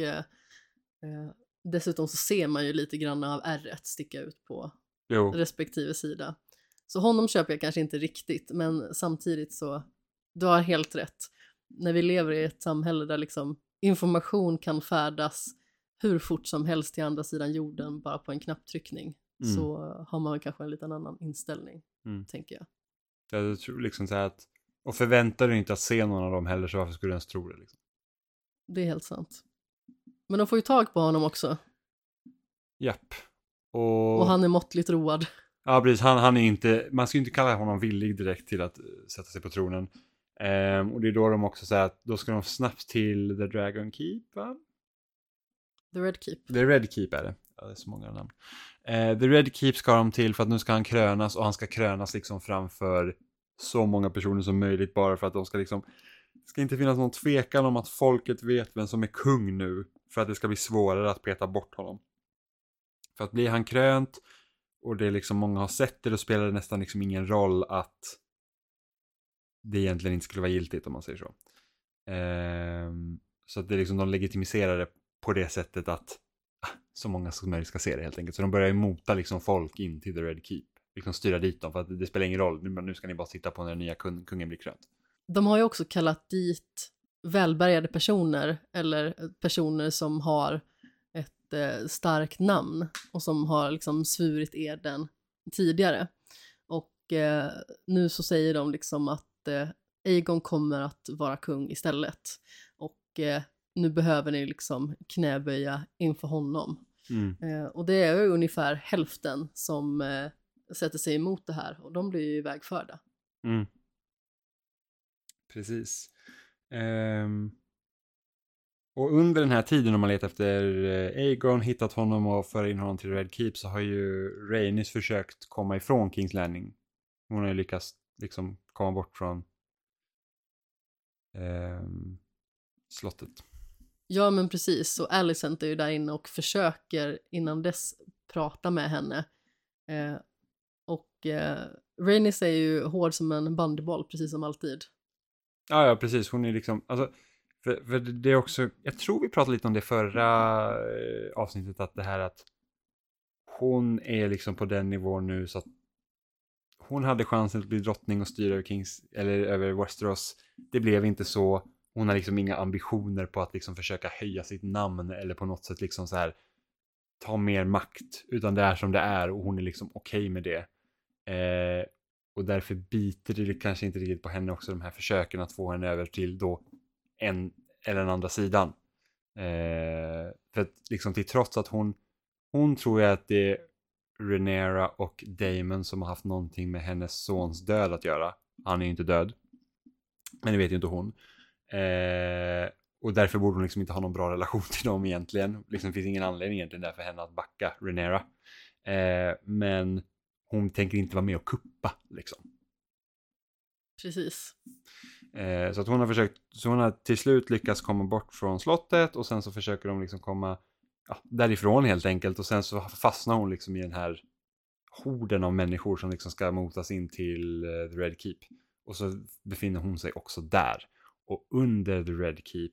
dessutom så ser man ju lite grann av ärret sticka ut på respektive sida. Så honom köper jag kanske inte riktigt, men samtidigt så, du har helt rätt. När vi lever i ett samhälle där liksom information kan färdas hur fort som helst till andra sidan jorden bara på en knapptryckning, så har man kanske en liten annan inställning, tänker jag.
Jag tror liksom så här att, och förväntar du inte att se någon av dem heller, så varför skulle du ens tro det liksom?
Det är helt sant. Men de får ju tag på honom också.
Japp.
Och han är måttligt road.
Ja, precis. Han är inte, man ska ju inte kalla honom villig direkt till att sätta sig på tronen. Och det är då de också säger att då ska de snabbt till The Dragon Keep, va?
The Red Keep.
The Red Keep är det. Ja, det är så många namn. The Red Keep ska de till för att nu ska han krönas, och han ska krönas liksom framför så många personer som möjligt bara för att de ska liksom, det ska inte finnas någon tvekan om att folket vet vem som är kung nu, för att det ska bli svårare att peta bort honom. För att blir han krönt och det är liksom många har sett det, då spelar det nästan liksom ingen roll att det egentligen inte skulle vara giltigt, om man säger så. Så att det är liksom, de legitimiserar det på det sättet att så många som möjligt ska se det helt enkelt. Så de börjar mota liksom folk in till The Red Keep. Liksom styra dit dem, för att det spelar ingen roll. Nu ska ni bara sitta på när den nya kungen blir krönt.
De har ju också kallat dit välbärgade personer, eller personer som har ett starkt namn och som har liksom svurit eden tidigare. Och nu så säger de liksom att Aegon kommer att vara kung istället. Och nu behöver ni liksom knäböja inför honom. Och det är ju ungefär hälften som sätter sig emot det här. Och de blir ju ivägförda.
Precis. Och under den här tiden, om man letar efter Aegon, hittat honom och för in honom till Red Keep, så har ju Rhaenys försökt komma ifrån King's Landing. Hon har ju lyckats liksom komma bort från slottet.
Ja, men precis. Och Alicent är ju där inne och försöker innan dess prata med henne. Rhaenys är ju hård som en bandyboll, precis som alltid.
Ja, precis. Hon är liksom, alltså, för det är också, jag tror vi pratade lite om det förra avsnittet, att det här att hon är liksom på den nivån nu så att hon hade chansen att bli drottning och styra över Westeros. Det blev inte så. Hon har liksom inga ambitioner på att liksom försöka höja sitt namn eller på något sätt liksom så här ta mer makt, utan det är som det är och hon är liksom okej med det. Och därför biter det kanske inte riktigt på henne också, de här försöken att få henne över till då en eller den andra sidan. För att liksom till trots att hon tror jag att det är Rhaenyra och Daemon som har haft någonting med hennes sons död att göra. Han är ju inte död, men det vet ju inte hon. Och därför borde hon liksom inte ha någon bra relation till dem egentligen. Liksom finns ingen anledning egentligen där för henne att backa Rhaenyra. Men hon tänker inte vara med och kuppa liksom.
Precis.
Så att hon har försökt, så hon har till slut lyckats komma bort från slottet, och sen så försöker de liksom komma därifrån helt enkelt, och sen så fastnar hon liksom i den här horden av människor som liksom ska motas in till The Red Keep, och så befinner hon sig också där, och under The Red Keep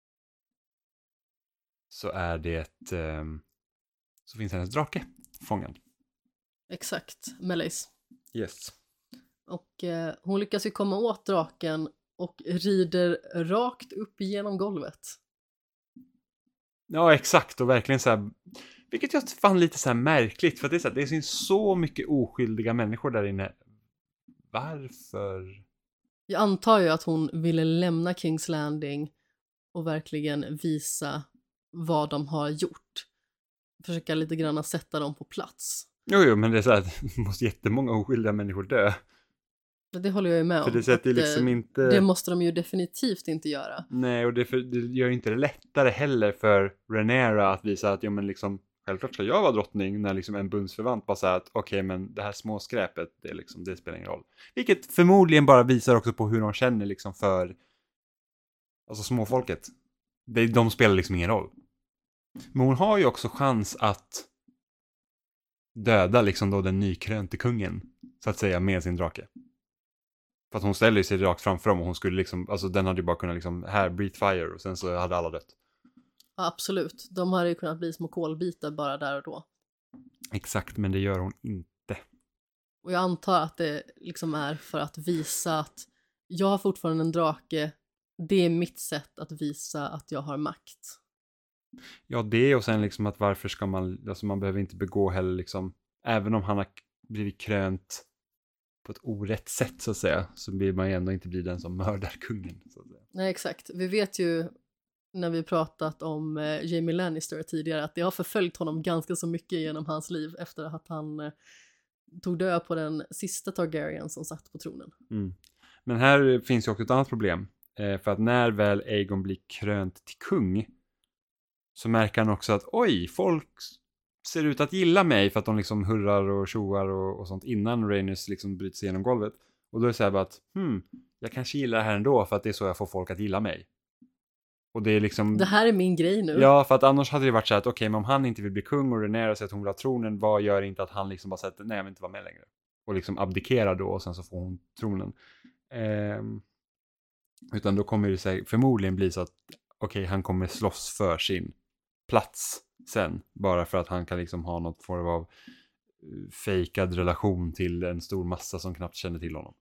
så är det så finns hennes drake fångad.
Exakt, Meleis.
Yes.
Och hon lyckas ju komma åt draken och rider rakt upp genom golvet.
Ja, exakt, och verkligen så här, vilket jag fann lite så här märkligt, för att det finns så mycket oskyldiga människor där inne. Varför?
Jag antar ju att hon ville lämna King's Landing och verkligen visa vad de har gjort. Försöka lite grann sätta dem på plats.
Jo, men det är så här, det måste jättemånga oskyldiga människor dö.
Det håller jag ju med om.
För det sätter liksom inte...
Det måste de ju definitivt inte göra.
Nej, och det gör inte det lättare heller för Rhaenyra att visa att, ja men liksom, självklart ska jag vara drottning, när liksom en bundsförvant bara säger att okej, men det här små skräpet, det spelar ingen roll. Vilket förmodligen bara visar också på hur de känner liksom för, alltså småfolket. De spelar liksom ingen roll. Men hon har ju också chans att döda liksom då den nykrönte kungen, så att säga, med sin drake. För att hon ställer sig rakt framför dem, och hon skulle liksom, alltså den hade ju bara kunnat liksom, här, breathe fire, och sen så hade alla dött.
Ja, absolut. De hade ju kunnat bli små kolbitar bara där och då.
Exakt, men det gör hon inte.
Och jag antar att det liksom är för att visa att jag har fortfarande en drake. Det är mitt sätt att visa att jag har makt.
Ja, det, och sen liksom att varför ska man, alltså man behöver inte begå heller liksom, även om han har blivit krönt på ett orätt sätt så att säga, så vill man ju ändå inte bli den som mördar kungen så att säga.
Nej, exakt. Vi vet ju när vi pratat om Jaime Lannister tidigare att det har förföljt honom ganska så mycket genom hans liv efter att han tog död på den sista Targaryen som satt på tronen.
Men här finns ju också ett annat problem, för att när väl Aegon blir krönt till kung så märker han också att oj, folk ser ut att gilla mig, för att de liksom hurrar och tjoar och sånt innan Rhaenys liksom bryts igenom golvet. Och då är det så här bara att, jag kanske gillar det här ändå för att det är så jag får folk att gilla mig. Och det är liksom...
Det här är min grej nu.
Ja, för att annars hade det varit så här att okej, men om han inte vill bli kung och Rhaenyra säger att hon vill ha tronen, vad gör inte att han liksom bara säger att nej, jag vill inte vara med längre. Och liksom abdikerar då och sen så får hon tronen. Utan då kommer det sig förmodligen bli så att okej, han kommer slåss för sin plats sen. Bara för att han kan liksom ha något form av fejkad relation till en stor massa som knappt känner till honom.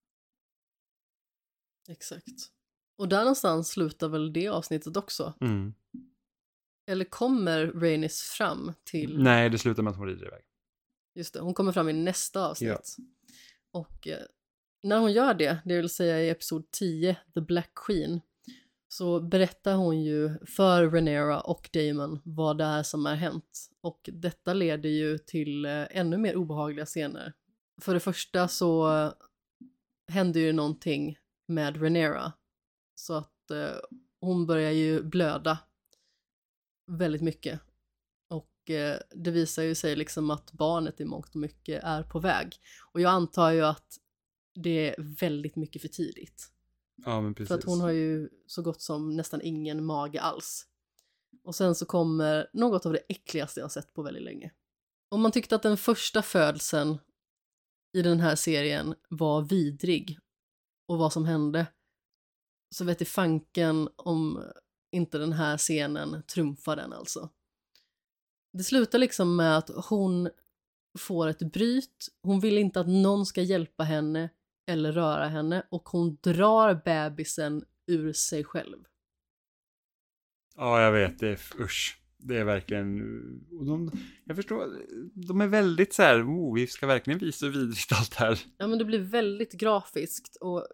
Exakt. Och där någonstans slutar väl det avsnittet också? Eller kommer Rhaenys fram till...
Nej, det slutar med att hon rider iväg.
Just det, hon kommer fram i nästa avsnitt. Ja. Och när hon gör det vill säga i episod 10, The Black Queen, så berättar hon ju för Rhaenyra och Daemon vad det är som har hänt. Och detta leder ju till ännu mer obehagliga scener. För det första så händer ju någonting med Rhaenyra. Så att hon börjar ju blöda väldigt mycket. Och det visar ju sig liksom att barnet i mångt och mycket är på väg. Och jag antar ju att det är väldigt mycket för tidigt.
Ja, men precis.
För att hon har ju så gott som nästan ingen mage alls. Och sen så kommer något av det äckligaste jag sett på väldigt länge. Om man tyckte att den första födseln i den här serien var vidrig och vad som hände, så vet i fanken om inte den här scenen trumfar den alltså. Det slutar liksom med att hon får ett bryt. Hon vill inte att någon ska hjälpa henne eller röra henne, och hon drar bebisen ur sig själv.
Ja, jag vet. Det är usch. Det är verkligen... jag förstår, de är väldigt så här, vi ska verkligen visa hur vidrigt allt här.
Ja, men det blir väldigt grafiskt, och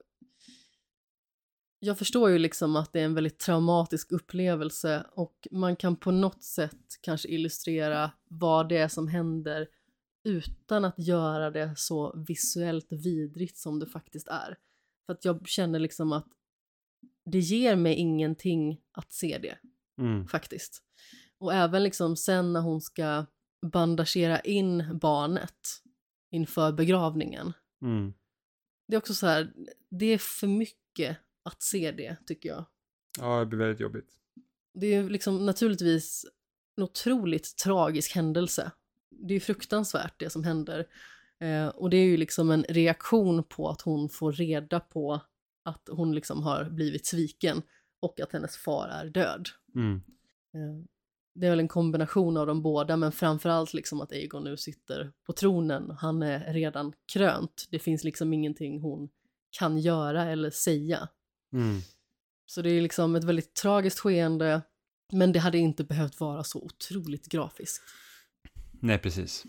jag förstår ju liksom att det är en väldigt traumatisk upplevelse, och man kan på något sätt kanske illustrera vad det är som händer utan att göra det så visuellt vidrigt som det faktiskt är. För att jag känner liksom att det ger mig ingenting att se det, faktiskt. Och även liksom sen när hon ska bandagera in barnet inför begravningen. Det är också så här, det är för mycket att se det, tycker jag.
Ja, det blir väldigt jobbigt.
Det är ju liksom naturligtvis en otroligt tragisk händelse. Det är ju fruktansvärt det som händer. Och det är ju liksom en reaktion på att hon får reda på att hon liksom har blivit sviken och att hennes far är död. Det är väl en kombination av de båda, men framförallt liksom att Aegon nu sitter på tronen. Han är redan krönt. Det finns liksom ingenting hon kan göra eller säga. Så det är liksom ett väldigt tragiskt skeende, men det hade inte behövt vara så otroligt grafiskt.
Nej, precis.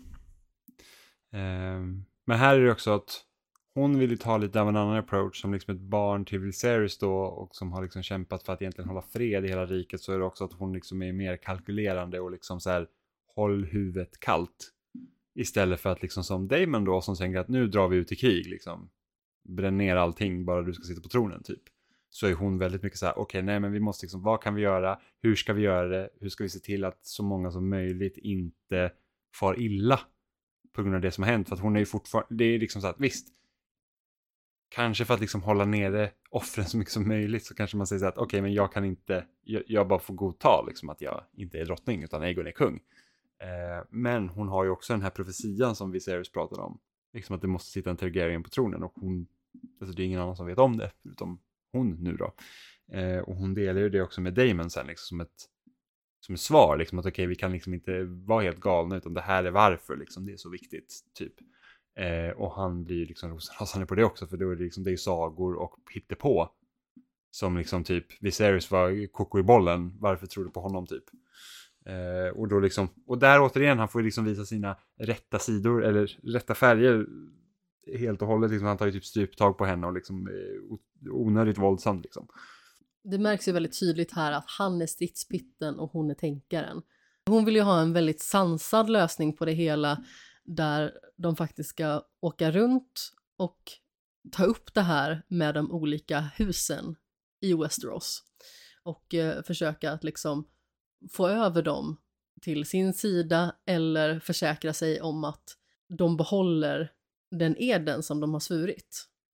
Men här är det också att hon vill ju ta lite av en annan approach som liksom ett barn till Viserys då, och som har liksom kämpat för att egentligen hålla fred i hela riket, så är det också att hon liksom är mer kalkylerande och liksom så här, håll huvudet kallt, istället för att liksom som Daemon då, som tänker att nu drar vi ut i krig liksom, bränn ner allting bara du ska sitta på tronen typ. Så är hon väldigt mycket så här, okej, nej men vi måste liksom, vad kan vi göra, hur ska vi göra det, hur ska vi se till att så många som möjligt inte far illa på grund av det som har hänt. För att hon är ju fortfarande, det är liksom så att visst, kanske för att liksom hålla nere offren så mycket som möjligt, så kanske man säger så att okej, men jag kan inte, jag bara får godta liksom att jag inte är drottning utan Aegon är kung. Men hon har ju också den här profetian som Viserys pratade om, liksom att det måste sitta en Targaryen på tronen, och hon, alltså det är ingen annan som vet om det utom hon nu då. Och hon delar ju det också med Daemon sen liksom som ett svar liksom, att okej, vi kan liksom inte vara helt galna, utan det här är varför liksom, det är så viktigt typ. Och han blir liksom rosenrasande på det också, för då är det liksom, det är sagor och hittepå som liksom typ Viserys var koko i bollen, varför tror du på honom typ. Och då liksom, och där återigen, han får ju liksom visa sina rätta sidor eller rätta färger helt och hållet liksom. Han tar ju typ stryptag på henne och liksom onödigt våldsamt liksom.
Det märks ju väldigt tydligt här att han är stridspitten och hon är tänkaren. Hon vill ju ha en väldigt sansad lösning på det hela, där de faktiskt ska åka runt och ta upp det här med de olika husen i Westeros och försöka att liksom få över dem till sin sida, eller försäkra sig om att de behåller den eden som de har svurit.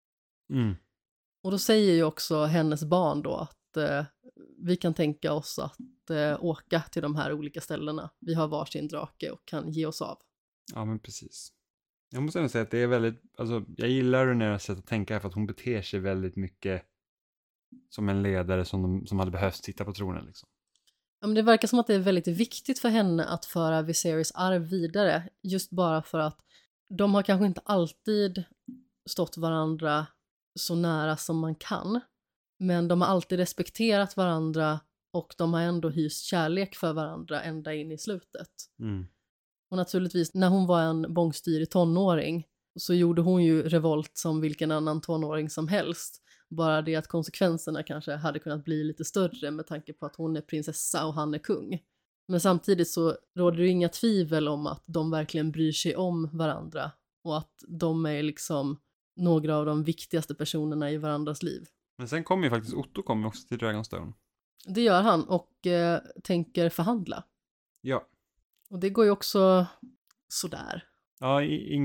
Mm.
Och då säger ju också hennes barn då att vi kan tänka oss att åka till de här olika ställena. Vi har varsin drake och kan ge oss av.
Ja, men precis. Jag måste ändå säga att det är väldigt, alltså jag gillar Rhaenyras sätt att tänka för att hon beter sig väldigt mycket som en ledare som hade behövt sitta på tronen liksom.
Ja, men det verkar som att det är väldigt viktigt för henne att föra Viserys arv vidare, just bara för att de har kanske inte alltid stått varandra så nära som man kan, men de har alltid respekterat varandra och de har ändå hyst kärlek för varandra ända in i slutet.
Mm.
Och naturligtvis, när hon var en bångstyrig tonåring så gjorde hon ju revolt som vilken annan tonåring som helst. Bara det att konsekvenserna kanske hade kunnat bli lite större med tanke på att hon är prinsessa och han är kung. Men samtidigt så råder det inga tvivel om att de verkligen bryr sig om varandra och att de är liksom några av de viktigaste personerna i varandras liv.
Men sen kommer ju faktiskt Otto kommer också till Dragonstone.
Det gör han och tänker förhandla.
Ja.
Och det går ju också sådär.
Ja,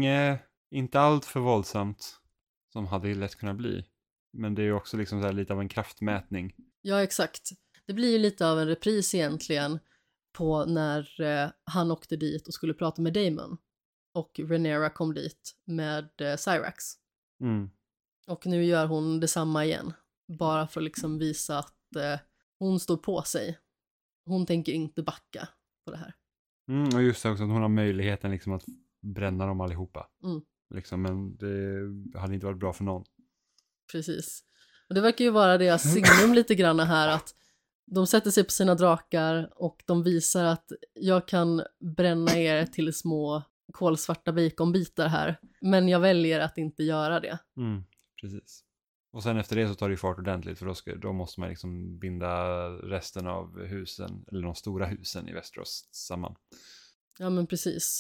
inte allt för våldsamt som hade lätt kunnat bli. Men det är ju också liksom så här lite av en kraftmätning.
Ja, exakt. Det blir ju lite av en repris egentligen på när han åkte dit och skulle prata med Daemon. Och Rhaenyra kom dit med Syrax.
Mm.
Och nu gör hon detsamma igen. Bara för att liksom visa att hon står på sig. Hon tänker inte backa på det här.
Och just det också att hon har möjligheten liksom att bränna dem allihopa.
Mm.
Liksom, men det hade inte varit bra för någon.
Precis. Och det verkar ju vara deras signum lite grann här, att de sätter sig på sina drakar och de visar att jag kan bränna er till små kolsvarta baconbitar här, men jag väljer att inte göra det.
Mm, precis. Och sen efter det så tar det ju fart ordentligt, för då måste man liksom binda resten av husen, eller de stora husen i Västerås samman.
Ja, men precis.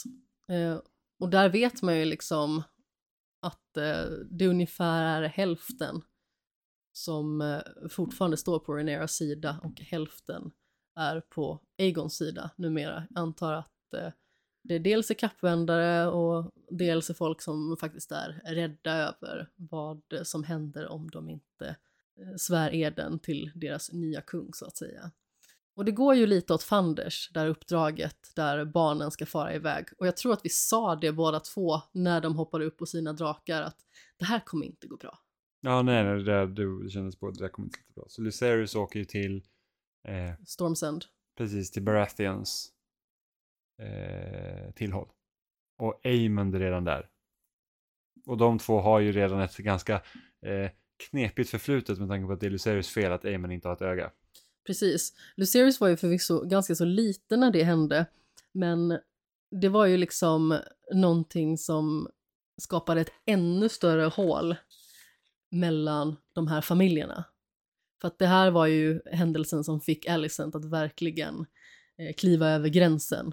Och där vet man ju liksom att det ungefär är hälften som fortfarande står på Rhaenyras sida och hälften är på Aegons sida numera. Jag antar att det dels är kappvändare och dels är folk som faktiskt är rädda över vad som händer om de inte svär eden till deras nya kung så att säga. Och det går ju lite åt fanders, där uppdraget där barnen ska fara iväg. Och jag tror att vi sa det båda två när de hoppade upp på sina drakar, att det här kommer inte gå bra.
Ja, nej, det kändes på att det där kommer inte gå bra. Så Lucerys åker ju till
Storm's End.
precis, till Baratheons tillhåll. Och Aemond är redan där. Och de två har ju redan ett ganska knepigt förflutet med tanke på att det är Lucerys fel att Aemond inte har ett öga.
Precis. Lucerys var ju förvisso ganska så liten när det hände, men det var ju liksom någonting som skapade ett ännu större hål mellan de här familjerna. För att det här var ju händelsen som fick Alicent att verkligen kliva över gränsen.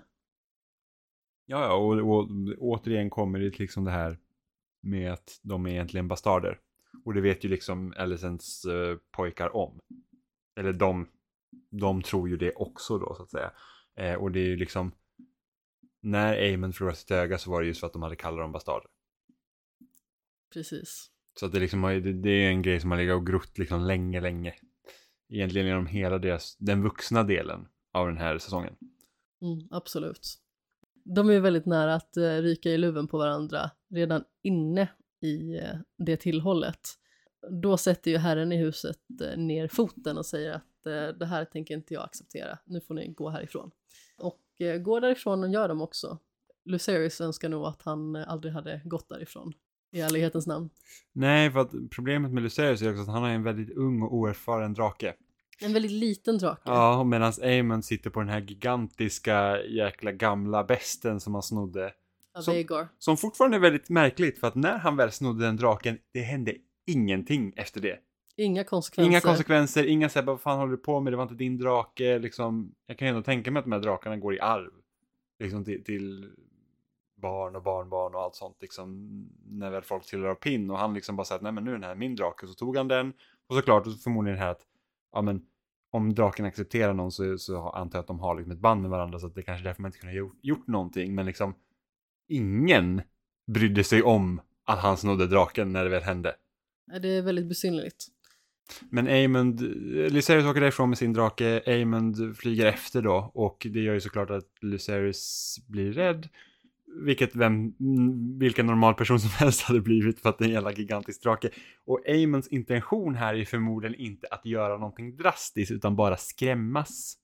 Ja, och återigen kommer det liksom det här med att de är egentligen bastarder. Och det vet ju liksom Alicents pojkar om. Eller de tror ju det också då så att säga. Och det är ju liksom, när Aemond förlorade sitt öga så var det just för att de hade kallat dem bastarder.
Precis.
Så att det liksom det är en grej som har legat och grott liksom länge. Egentligen genom hela den vuxna delen av den här säsongen.
Absolut. De är ju väldigt nära att ryka i luven på varandra redan inne i det tillhållet. Då sätter ju herren i huset ner foten och säger att det här tänker inte jag acceptera. Nu får ni gå härifrån. Och går därifrån och gör de också. Lucerys önskar nog att han aldrig hade gått därifrån. I ärlighetens namn.
Nej, för att problemet med Lucerys är också att han har en väldigt ung och oerfaren drake.
En väldigt liten drake.
Ja, medan Aemond sitter på den här gigantiska jäkla gamla besten som han snodde.
Av Aegar.
Som fortfarande är väldigt märkligt, för att när han väl snodde den draken, det hände ingenting efter det.
Inga konsekvenser.
Inga säger vad fan håller du på med, det var inte din drake. Liksom, jag kan ändå tänka mig att de här drakarna går i arv. Liksom till barn och barnbarn och allt sånt. Liksom, när väl folk tillhör av pinn. Och han liksom bara säger att nej men nu är den här min drake. Så tog han den. Och såklart förmodligen här att ja men om draken accepterar någon så antar jag att de har liksom ett band med varandra. Så att det är kanske därför man inte kunde ha gjort någonting. Men liksom ingen brydde sig om att han snodde draken när det väl hände.
Det är väldigt besynnerligt.
Men Aemond, Lucerys åker därifrån med sin drake, Aemond flyger efter då, och det gör ju såklart att Lucerys blir rädd, vilken normal person som helst hade blivit för att det är en jävla gigantisk drake. Och Aemonds intention här är förmodligen inte att göra någonting drastiskt utan bara skrämmas.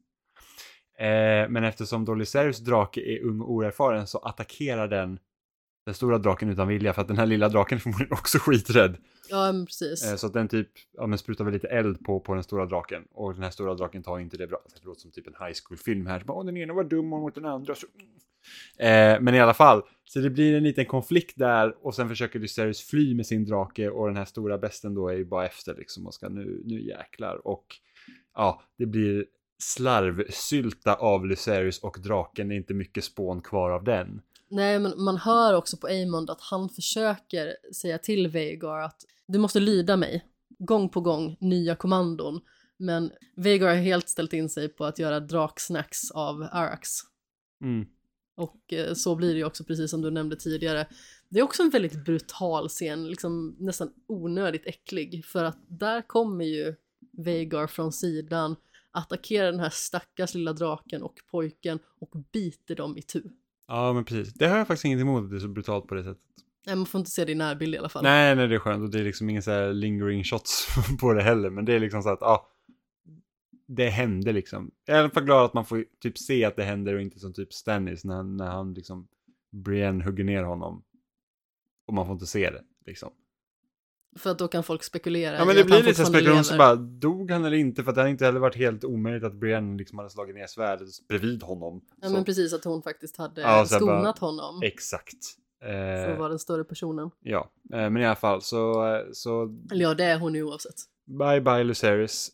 Men eftersom då Lucerys drake är ung och oerfaren så attackerar den stora draken utan vilja, för att den här lilla draken är förmodligen också skiträdd.
Ja, men precis.
Så att den typ sprutar väl lite eld på den stora draken. Och den här stora draken tar inte det bra. Det låter som typ en high school-film här. Den ena var dum mot den andra. Så... men i alla fall. Så det blir en liten konflikt där. Och sen försöker Lucerys fly med sin drake. Och den här stora besten då är ju bara efter liksom. Och ska nu jäklar. Och ja, det blir slarvsylta av Lucerys och draken. Det är inte mycket spån kvar av den.
Nej, men man hör också på Aemond att han försöker säga till Vhagar att du måste lyda mig. Gång på gång, nya kommandon. Men Vhagar har helt ställt in sig på att göra draksnacks av Arrax.
Mm.
Och så blir det ju också, precis som du nämnde tidigare. Det är också en väldigt brutal scen, liksom nästan onödigt äcklig. För att där kommer ju Vhagar från sidan, attackerar den här stackars lilla draken och pojken och biter dem i tu.
Ja, men precis. Det har jag faktiskt inget emot att det är så brutalt på det sättet.
Nej, man får inte se det i närbild i alla fall.
Nej, det är skönt. Och det är liksom ingen så här lingering shots på det heller. Men det är liksom så att, det händer liksom. Jag är i alla fall glad att man får typ se att det händer och inte som typ Stannis när han liksom Brienne hugger ner honom. Och man får inte se det, liksom.
För att då kan folk spekulera.
Ja, men det blir lite spekulation så bara, dog han eller inte? För att det hade inte heller varit helt omöjligt att Brienne liksom hade slagit ner svärdet bredvid honom.
Ja,
så.
Men precis, att hon faktiskt hade skonat honom.
Exakt.
För att vara den större personen.
Ja, men i alla fall så...
Eller ja, det är hon ju oavsett.
Bye bye Lucerys.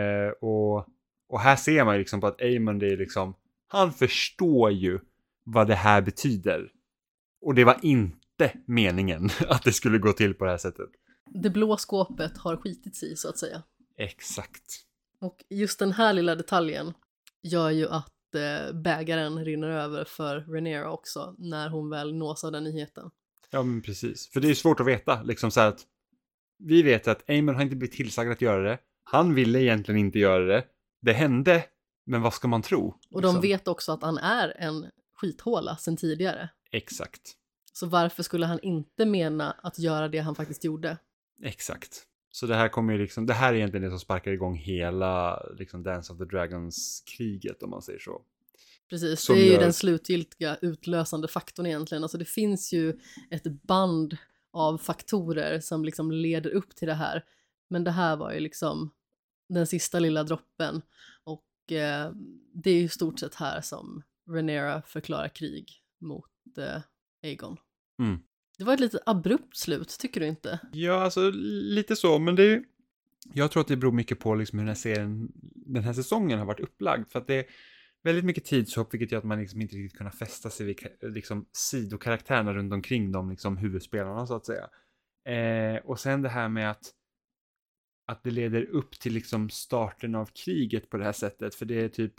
Och här ser man ju liksom på att Aemond är liksom... Han förstår ju vad det här betyder. Och det var inte meningen att det skulle gå till på det här sättet.
Det blå skåpet har skitits i, så att säga.
Exakt.
Och just den här lilla detaljen gör ju att bägaren rinner över för Rhaenyra också när hon väl nås av den nyheten.
Ja, men precis. För det är svårt att veta. Liksom så här att vi vet att Aemond har inte blivit tillsagd att göra det. Han ville egentligen inte göra det. Det hände, men vad ska man tro?
Och de vet också att han är en skithåla sedan tidigare.
Exakt.
Så varför skulle han inte mena att göra det han faktiskt gjorde?
Exakt. Så det här kommer ju liksom, det här är egentligen det som sparkar igång hela liksom Dance of the Dragons-kriget, om man säger så.
Precis, som det är ju den slutgiltiga utlösande faktorn egentligen. Alltså det finns ju ett band av faktorer som liksom leder upp till det här. Men det här var ju liksom den sista lilla droppen. Och det är ju stort sett här som Rhaenyra förklarar krig mot Aegon.
Mm.
Det var ett lite abrupt slut, tycker du inte?
Ja, alltså lite så, men det är ju... Jag tror att det beror mycket på liksom hur den här säsongen har varit upplagd. För att det är väldigt mycket tidshopp, vilket gör att man liksom inte riktigt kunnat fästa sig vid liksom sidokaraktärerna runt omkring de liksom huvudspelarna, så att säga. Och sen det här med att det leder upp till liksom starten av kriget på det här sättet. För det är typ...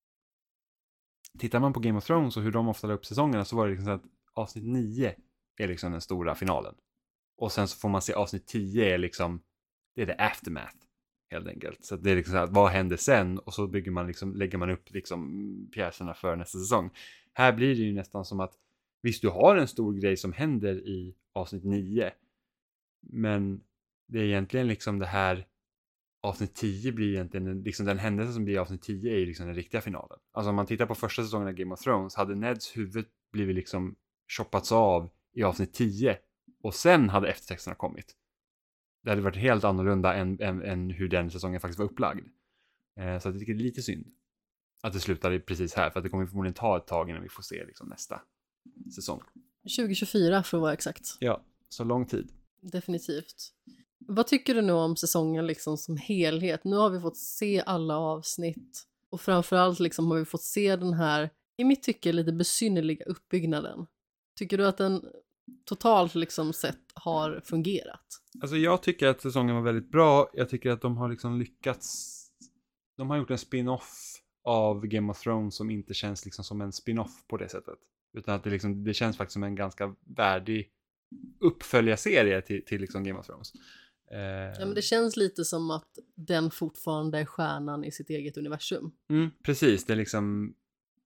Tittar man på Game of Thrones och hur de ofta la upp säsongerna, så var det liksom så att avsnitt 9 är liksom den stora finalen. Och sen så får man se avsnitt 10 är liksom, det är the aftermath helt enkelt. Så det är liksom så här, vad händer sen? Och så bygger man liksom, lägger man upp liksom pjäserna för nästa säsong. Här blir det ju nästan som att visst, du har en stor grej som händer i avsnitt 9, men det är egentligen liksom det här avsnitt 10 blir egentligen liksom den händelse som blir i avsnitt 10 är ju liksom den riktiga finalen. Alltså om man tittar på första säsongen av Game of Thrones, hade Neds huvud blivit liksom choppats av i avsnitt 10 och sen hade eftertexterna kommit. Det hade varit helt annorlunda än hur den säsongen faktiskt var upplagd. Så jag tycker det är lite synd att det slutar precis här, för att det kommer förmodligen ta ett tag innan vi får se liksom nästa säsong.
2024 för att vara exakt.
Ja, så lång tid.
Definitivt. Vad tycker du nu om säsongen liksom som helhet? Nu har vi fått se alla avsnitt och framförallt liksom har vi fått se den här, i mitt tycke, lite besynnerliga uppbyggnaden. Tycker du att den totalt liksom sett har fungerat?
Alltså jag tycker att säsongen var väldigt bra. Jag tycker att de har liksom lyckats. De har gjort en spin-off av Game of Thrones som inte känns liksom som en spin-off på det sättet. Utan att det känns faktiskt som en ganska värdig uppföljarserie till liksom Game of Thrones.
Ja, men det känns lite som att den fortfarande är stjärnan i sitt eget universum.
Precis, det är liksom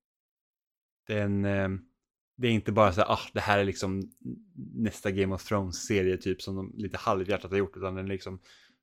det är inte bara så här, det här är liksom nästa Game of Thrones-serie typ som de lite halvhjärtat har gjort, utan den liksom,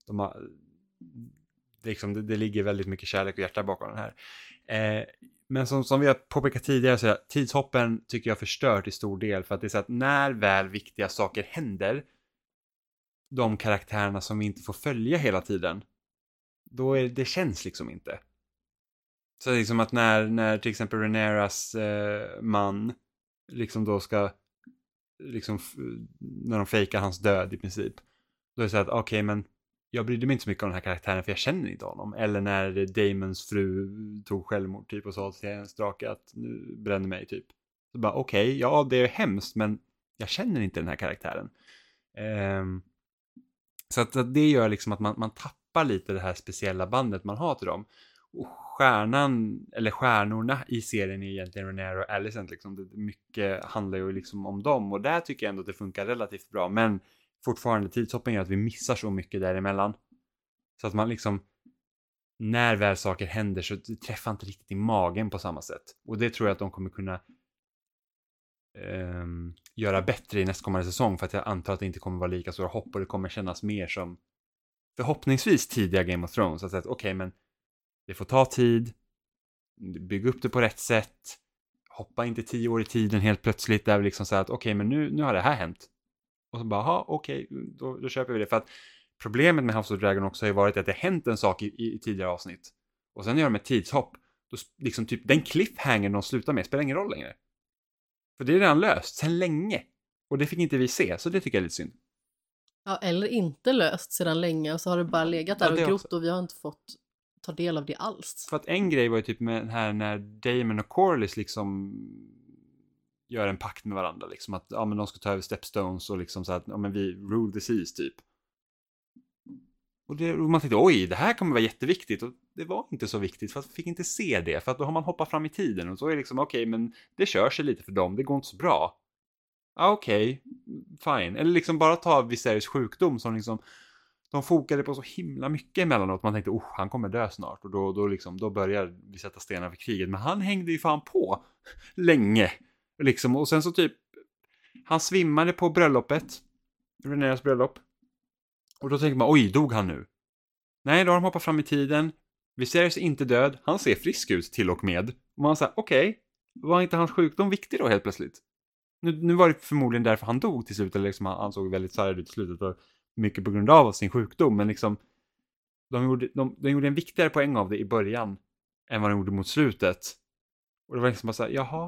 det ligger väldigt mycket kärlek och hjärta bakom den här. Men som vi har påpekat tidigare så är tidshoppen tycker jag förstört i stor del, för att det är så att när väl viktiga saker händer, de karaktärerna som vi inte får följa hela tiden, då det känns liksom inte. Så det är liksom att när till exempel Rhaenyras man liksom då ska liksom när de fejkar hans död i princip, då är det så att okej, men jag brydde mig inte så mycket om den här karaktären för jag känner inte honom. Eller när Daemons fru tog självmord typ och sa till hennes drake att nu bränner mig typ. Så bara okej, ja det är hemskt, men jag känner inte den här karaktären. Så att det gör liksom att man tappar lite det här speciella bandet man har till dem. Och stjärnorna i serien är egentligen Rhaenyra och Alicent liksom. Mycket handlar ju liksom om dem, och där tycker jag ändå att det funkar relativt bra, men fortfarande tidshoppen gör att vi missar så mycket däremellan. Så att man liksom, när väl saker händer så träffar inte riktigt i magen på samma sätt. Och det tror jag att de kommer kunna göra bättre i nästkommande säsong, för att jag antar att det inte kommer vara lika stora hopp och det kommer kännas mer som förhoppningsvis tidiga Game of Thrones. Så att okej, men det får ta tid, bygga upp det på rätt sätt, hoppa inte 10 år i tiden helt plötsligt där vi liksom säger att okej, men nu har det här hänt. Och så bara, okej, då köper vi det. För att problemet med House of Dragon också har ju varit att det hänt en sak i tidigare avsnitt. Och sen gör de ett tidshopp. Då liksom typ, den cliffhanger de slutar med spelar ingen roll längre. För det är redan löst, sen länge. Och det fick inte vi se, så det tycker jag är lite synd.
Ja, eller inte löst sedan länge, och så har det bara legat där och grott och vi har inte fått ta del av det alls.
För att en grej var ju typ med här när Daemon och Corlys liksom gör en pakt med varandra liksom, att men de ska ta över Stepstones och liksom så att men vi rule the seas typ. Och man tänkte, oj, det här kommer vara jätteviktigt, och det var inte så viktigt för att vi fick inte se det, för att då har man hoppat fram i tiden och så är det liksom okej, men det kör sig lite för dem, det går inte så bra. Okej, fine. Eller liksom bara ta Viserys sjukdom som liksom de fokade på så himla mycket emellanåt. Man tänkte, han kommer dö snart. Och då börjar vi sätta stenar för kriget. Men han hängde ju fan på länge. Liksom. Och sen så typ, han svimmade på bröllopet. Rhaenyras bröllop. Och då tänker man, oj, dog han nu? Nej, då har de hoppat fram i tiden. Viserys är inte död. Han ser frisk ut till och med. Och man säger, okej, var inte hans sjukdom viktig då helt plötsligt? Nu var det förmodligen därför han dog till slut. Eller liksom, han såg väldigt sargad ut i slutet. Och mycket på grund av sin sjukdom, men liksom de gjorde en viktigare poäng av det i början än vad de gjorde mot slutet. Och det var liksom bara så här, jaha,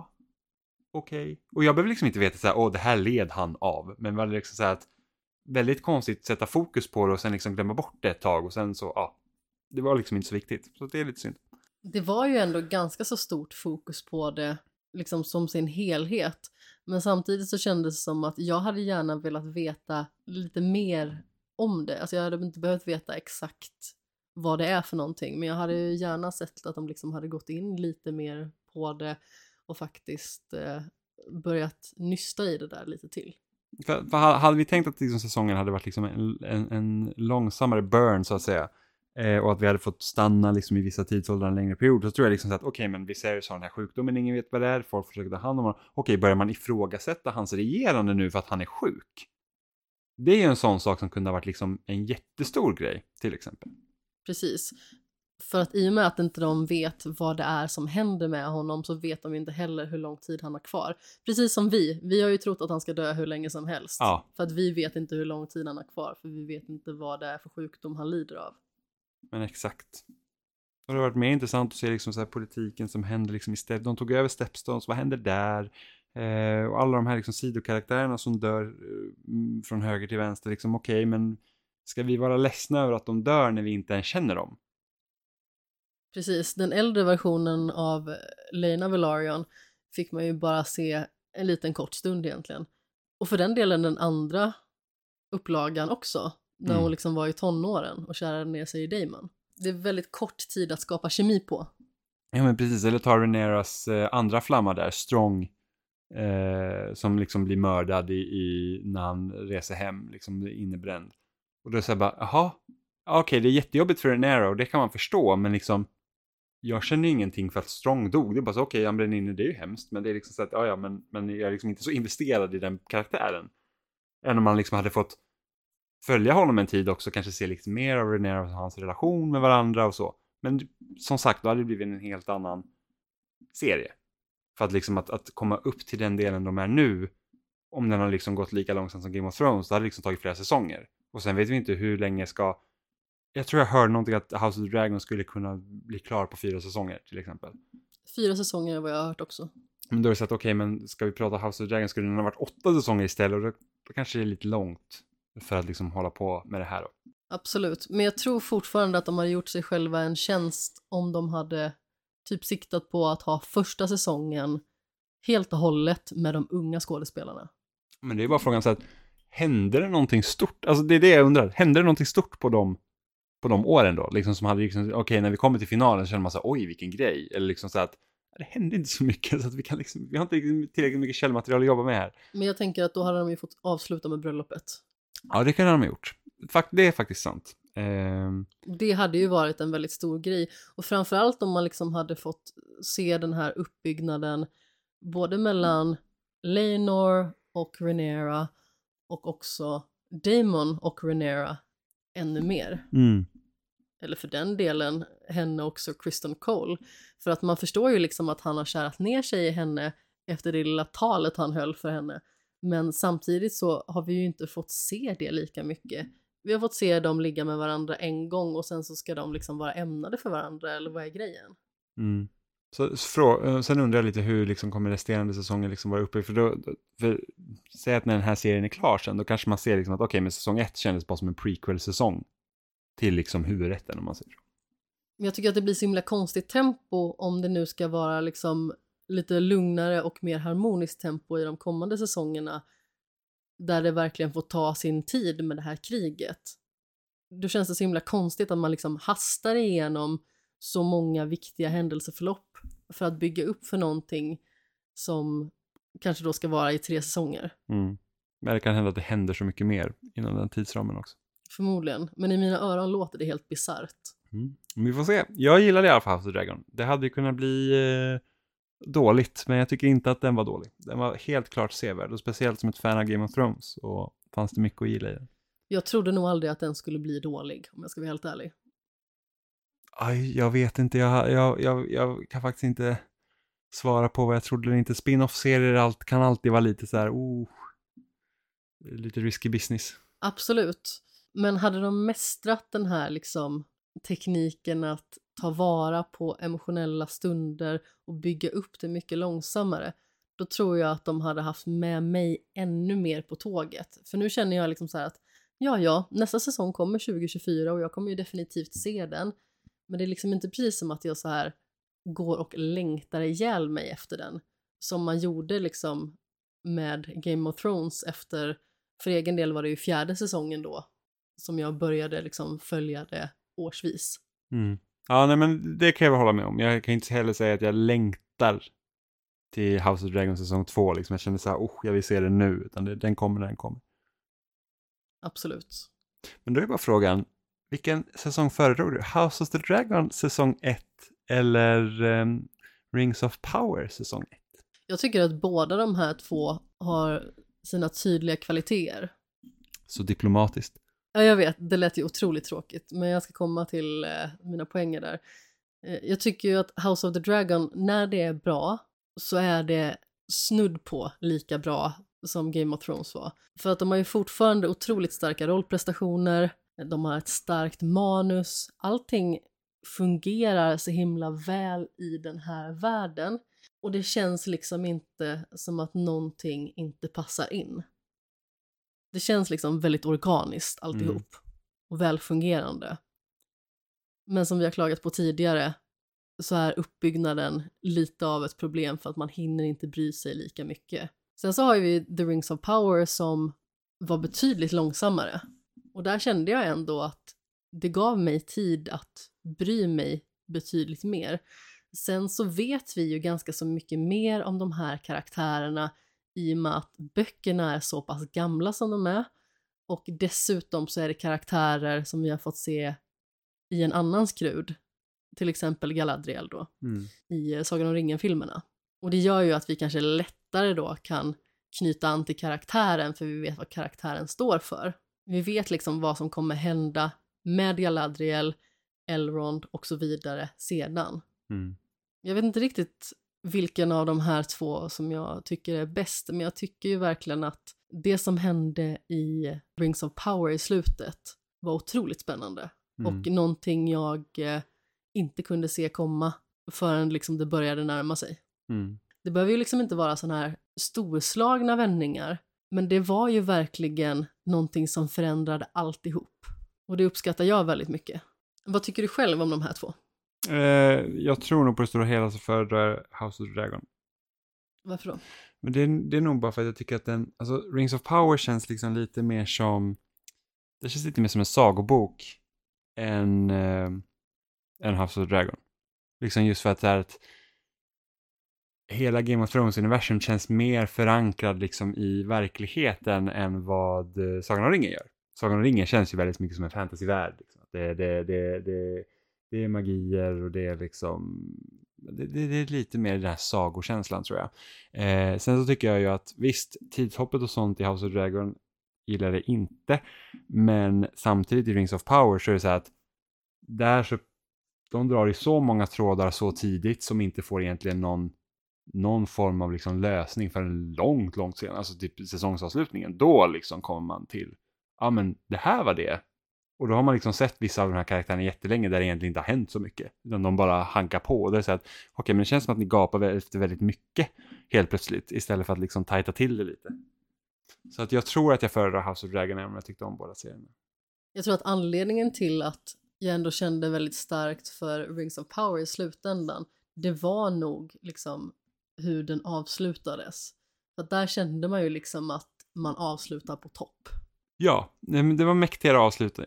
okej. Och jag behöver liksom inte veta så här, det här led han av, men det var liksom så här att väldigt konstigt sätta fokus på det och sen liksom glömma bort det ett tag och sen så, det var liksom inte så viktigt. Så det är lite synd.
Det var ju ändå ganska så stort fokus på det liksom som sin helhet. Men samtidigt så kändes det som att jag hade gärna velat veta lite mer om det. Alltså jag hade inte behövt veta exakt vad det är för någonting. Men jag hade ju gärna sett att de liksom hade gått in lite mer på det och faktiskt börjat nysta i det där lite till.
För hade vi tänkt att liksom säsongen hade varit liksom en långsammare burn så att säga, och att vi hade fått stanna liksom i vissa tidsåldrar en längre period, så tror jag liksom så att okej, men Viserys har den här sjukdomen, ingen vet vad det är, folk försöker ta hand om honom. Okej, börjar man ifrågasätta hans regerande nu för att han är sjuk? Det är ju en sån sak som kunde ha varit liksom en jättestor grej, till exempel.
Precis. För att i och med att inte de vet vad det är som händer med honom, så vet de inte heller hur lång tid han har kvar. Precis som vi har ju trott att han ska dö hur länge som helst.
Ja.
För att vi vet inte hur lång tid han har kvar, för vi vet inte vad det är för sjukdom han lider av.
Men exakt. Och det har varit mer intressant att se liksom så här politiken som händer liksom istället. De tog över Stepstones, vad händer där? Och alla de här liksom sidokaraktärerna som dör från höger till vänster. Liksom, okej, men ska vi vara ledsna över att de dör när vi inte ens känner dem?
Precis, den äldre versionen av Laena Velaryon fick man ju bara se en liten kort stund egentligen. Och för den delen den andra upplagan också, när hon liksom var i tonåren och kärade ner sig i Daemon. Det är väldigt kort tid att skapa kemi på.
Ja, men precis, eller tar Rhaenyras andra flamma där, Strong, som liksom blir mördad när han reser hem, liksom innebränd. Och då är det så här bara, jaha, okej, det är jättejobbigt för Rhaenyra och det kan man förstå, men liksom jag känner ingenting för att Strong dog. Det är bara så, okej, han bränner inne, det är ju hemskt, men det är liksom så att, men jag är liksom inte så investerad i den karaktären. Än om man liksom hade fått följa honom en tid också, kanske se lite mer av Rhaenyra och hans relation med varandra och så. Men som sagt, då hade det blivit en helt annan serie. För att liksom att komma upp till den delen de är nu, om den har liksom gått lika långsamt som Game of Thrones, då hade det liksom tagit flera säsonger. Och sen vet vi inte hur länge ska... Jag tror jag hörde någonting att House of the Dragon skulle kunna bli klar på 4 säsonger till exempel.
4 säsonger är vad jag har hört också.
Men då är det så att okej, men ska vi prata House of the Dragon skulle den ha varit 8 säsonger istället, och då kanske det är lite långt för att liksom hålla på med det här då.
Absolut, men jag tror fortfarande att de hade gjort sig själva en tjänst om de hade typ siktat på att ha första säsongen helt och hållet med de unga skådespelarna.
Men det är bara frågan så att hände det någonting stort? Alltså det är det jag undrar. Hände det någonting stort på de åren då? Liksom som hade liksom, okej, när vi kommer till finalen så känner man så här, oj vilken grej. Eller liksom så att det hände inte så mycket så att vi kan liksom, vi har inte tillräckligt mycket källmaterial att jobba med här.
Men jag tänker att då hade de ju fått avsluta med bröllopet.
Ja, det kunde de ha gjort. Det är faktiskt sant.
Det hade ju varit en väldigt stor grej. Och framförallt om man liksom hade fått se den här uppbyggnaden både mellan Laenor och Rhaenyra och också Daemon och Rhaenyra ännu mer. Eller för den delen henne också Kristen Cole. För att man förstår ju liksom att han har kärat ner sig i henne efter det lilla talet han höll för henne. Men samtidigt så har vi ju inte fått se det lika mycket. Vi har fått se dem ligga med varandra en gång och sen så ska de liksom vara ämnade för varandra, eller vad är grejen?
Så sen undrar jag lite hur liksom kommer resterande säsonger liksom vara uppe, för säg att när den här serien är klar sen, då kanske man ser liksom att okej, men säsong 1 kändes bara som en prequel-säsong till liksom huvudrätten om man säger så.
Jag tycker att det blir så himla konstigt tempo om det nu ska vara liksom lite lugnare och mer harmoniskt tempo i de kommande säsongerna där det verkligen får ta sin tid med det här kriget. Då känns det så himla konstigt att man liksom hastar igenom så många viktiga händelseförlopp för att bygga upp för någonting som kanske då ska vara i 3 säsonger.
Men det kan hända att det händer så mycket mer inom den tidsramen också.
Förmodligen, men i mina öron låter det helt bizarrt.
Vi får se. Jag gillar i alla fall House of the Dragon. Det hade ju kunnat bli dåligt, men jag tycker inte att den var dålig. Den var helt klart sevärd, och speciellt som ett fan av Game of Thrones och fanns det mycket att gilla i den. Jag
trodde nog aldrig att den skulle bli dålig, om jag ska vara helt ärlig.
Aj, jag vet inte, jag kan faktiskt inte svara på vad jag trodde eller inte. Spin-off-serier kan alltid vara lite så här, lite risky business.
Absolut, men hade de mästrat den här liksom tekniken att ta vara på emotionella stunder och bygga upp det mycket långsammare, då tror jag att de hade haft med mig ännu mer på tåget. För nu känner jag liksom så här att nästa säsong kommer 2024 och jag kommer ju definitivt se den. Men det är liksom inte precis som att jag så här går och längtar ihjäl mig efter den. Som man gjorde liksom med Game of Thrones efter, för egen del var det ju 4:e säsongen då som jag började liksom följa det årsvis.
Ja, nej, men det kan jag väl hålla med om. Jag kan inte heller säga att jag längtar till House of the Dragon säsong 2. Liksom. Jag känner så här, jag vill se det nu. Utan den kommer när den kommer.
Absolut.
Men då är bara frågan, vilken säsong föredrar du? House of the Dragon säsong 1 eller Rings of Power säsong 1?
Jag tycker att båda de här två har sina tydliga kvaliteter.
Så diplomatiskt.
Ja, jag vet, det lät ju otroligt tråkigt, men jag ska komma till mina poänger där. Jag tycker ju att House of the Dragon, när det är bra, så är det snudd på lika bra som Game of Thrones var. För att de har ju fortfarande otroligt starka rollprestationer, de har ett starkt manus, allting fungerar så himla väl i den här världen. Och det känns liksom inte som att någonting inte passar in. Det känns liksom väldigt organiskt alltihop. Och välfungerande. Men som vi har klagat på tidigare så är uppbyggnaden lite av ett problem för att man hinner inte bry sig lika mycket. Sen så har vi The Rings of Power som var betydligt långsammare. Och där kände jag ändå att det gav mig tid att bry mig betydligt mer. Sen så vet vi ju ganska så mycket mer om de här karaktärerna i och med att böckerna är så pass gamla som de är. Och dessutom så är det karaktärer som vi har fått se i en annan skrud. Till exempel Galadriel då, i Sagan om ringen-filmerna. Och det gör ju att vi kanske lättare då kan knyta an till karaktären, för vi vet vad karaktären står för. Vi vet liksom vad som kommer hända med Galadriel, Elrond och så vidare sedan. Jag vet inte riktigt vilken av de här två som jag tycker är bäst, men jag tycker ju verkligen att det som hände i Rings of Power i slutet var otroligt spännande. Och någonting jag inte kunde se komma förrän liksom det började närma sig. Det behöver ju liksom inte vara såna här storslagna vändningar, men det var ju verkligen någonting som förändrade alltihop. Och det uppskattar jag väldigt mycket. Vad tycker du själv om de här två?
Jag tror nog på det stora hela så föredrar House of the Dragon.
Varför då?
Men det är nog bara för att jag tycker att alltså Rings of Power känns liksom lite mer som, det känns lite mer som en sagobok än House of the Dragon. Liksom just för att det är att hela Game of Thrones-universum känns mer förankrad liksom i verkligheten än vad Sagan om ringen gör. Sagan om ringen känns ju väldigt mycket som en fantasyvärld. Liksom. Det är magier och det är liksom det är lite mer den här sagokänslan tror jag. Sen så tycker jag ju att visst, tidshoppet och sånt i House of Dragon gillar det inte, men samtidigt i Rings of Power så är det så här att där så de drar i så många trådar så tidigt som inte får egentligen någon form av liksom lösning för en långt senare, alltså typ säsongsavslutningen, då liksom kommer man till men det här var det. Och då har man liksom sett vissa av de här karaktärerna jättelänge där det egentligen inte har hänt så mycket. Utan de bara hankar på. Och det är så att, okej, men det känns som att ni gapar efter väldigt mycket helt plötsligt. Istället för att liksom tajta till det lite. Så att jag tror att jag föredrar House of Dragon även om jag tyckte om båda serierna.
Jag tror att anledningen till att jag ändå kände väldigt starkt för Rings of Power i slutändan, det var nog liksom hur den avslutades. För att där kände man ju liksom att man avslutar på topp.
Ja, det var mäktigare avslut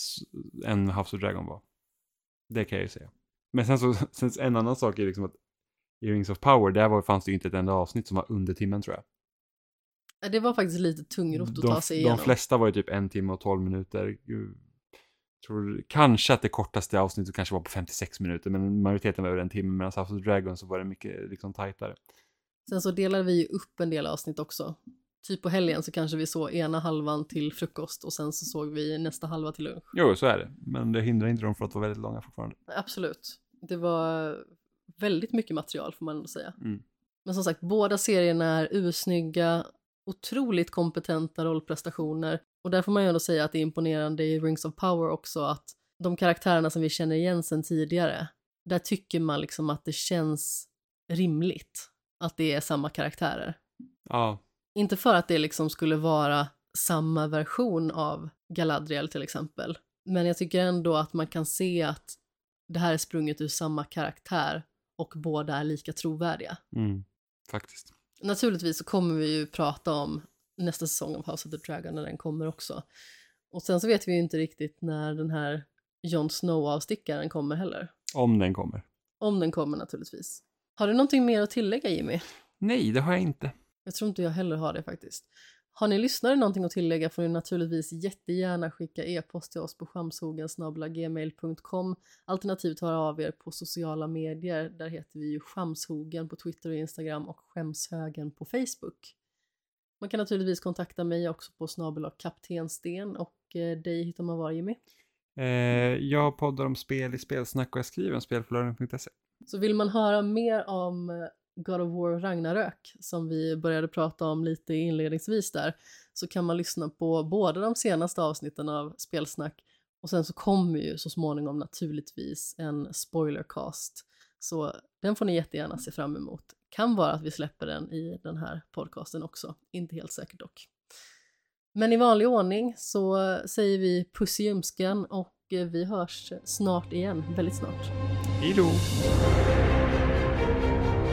än House of Dragon var. Det kan jag ju säga. Men sen en annan sak är liksom att i Rings of Power, där fanns det ju inte ett enda avsnitt som var under timmen tror jag.
Det var faktiskt lite tungrot att ta sig igenom.
De flesta var ju typ 1 timme och 12 minuter. Jag tror kanske att det kortaste avsnittet kanske var på 56 minuter, men majoriteten var över 1 timme, medan House of Dragon så var det mycket liksom tajtare.
Sen så delade vi ju upp en del avsnitt också. Typ på helgen så kanske vi såg ena halvan till frukost och sen så såg vi nästa halva till lunch.
Jo, så är det. Men det hindrar inte dem från att vara väldigt långa fortfarande.
Absolut. Det var väldigt mycket material får man ändå säga. Men som sagt, båda serierna är ursnygga, otroligt kompetenta rollprestationer. Och där får man ju ändå säga att det är imponerande i Rings of Power också att de karaktärerna som vi känner igen sedan tidigare, där tycker man liksom att det känns rimligt att det är samma karaktärer.
Ja.
Inte för att det liksom skulle vara samma version av Galadriel till exempel. Men jag tycker ändå att man kan se att det här är sprunget ur samma karaktär och båda är lika trovärdiga.
Faktiskt.
Naturligtvis så kommer vi ju prata om nästa säsong av House of the Dragon när den kommer också. Och sen så vet vi ju inte riktigt när den här Jon Snow-avstickaren kommer heller.
Om den kommer.
Om den kommer naturligtvis. Har du någonting mer att tillägga, Jimmy?
Nej, det har jag inte.
Jag tror inte jag heller har det faktiskt. Har ni lyssnare någonting att tillägga får ni naturligtvis jättegärna skicka e-post till oss på skamshogen@gmail.com. Alternativt höra av er på sociala medier. Där heter vi ju Skamshogen på Twitter och Instagram och Skämshögen på Facebook. Man kan naturligtvis kontakta mig också på @kaptensten och dig hittar man var, Jimmy?
Jag poddar om spel i Spelsnack och jag skriver om spelförlagen.se.
Så vill man höra mer om God of War Ragnarök som vi började prata om lite inledningsvis där, så kan man lyssna på båda de senaste avsnitten av Spelsnack och sen så kommer ju så småningom naturligtvis en spoilercast, så den får ni jättegärna se fram emot. Kan vara att vi släpper den i den här podcasten också, inte helt säkert dock. Men i vanlig ordning så säger vi puss i ljumskan och vi hörs snart igen, väldigt snart.
Hej då!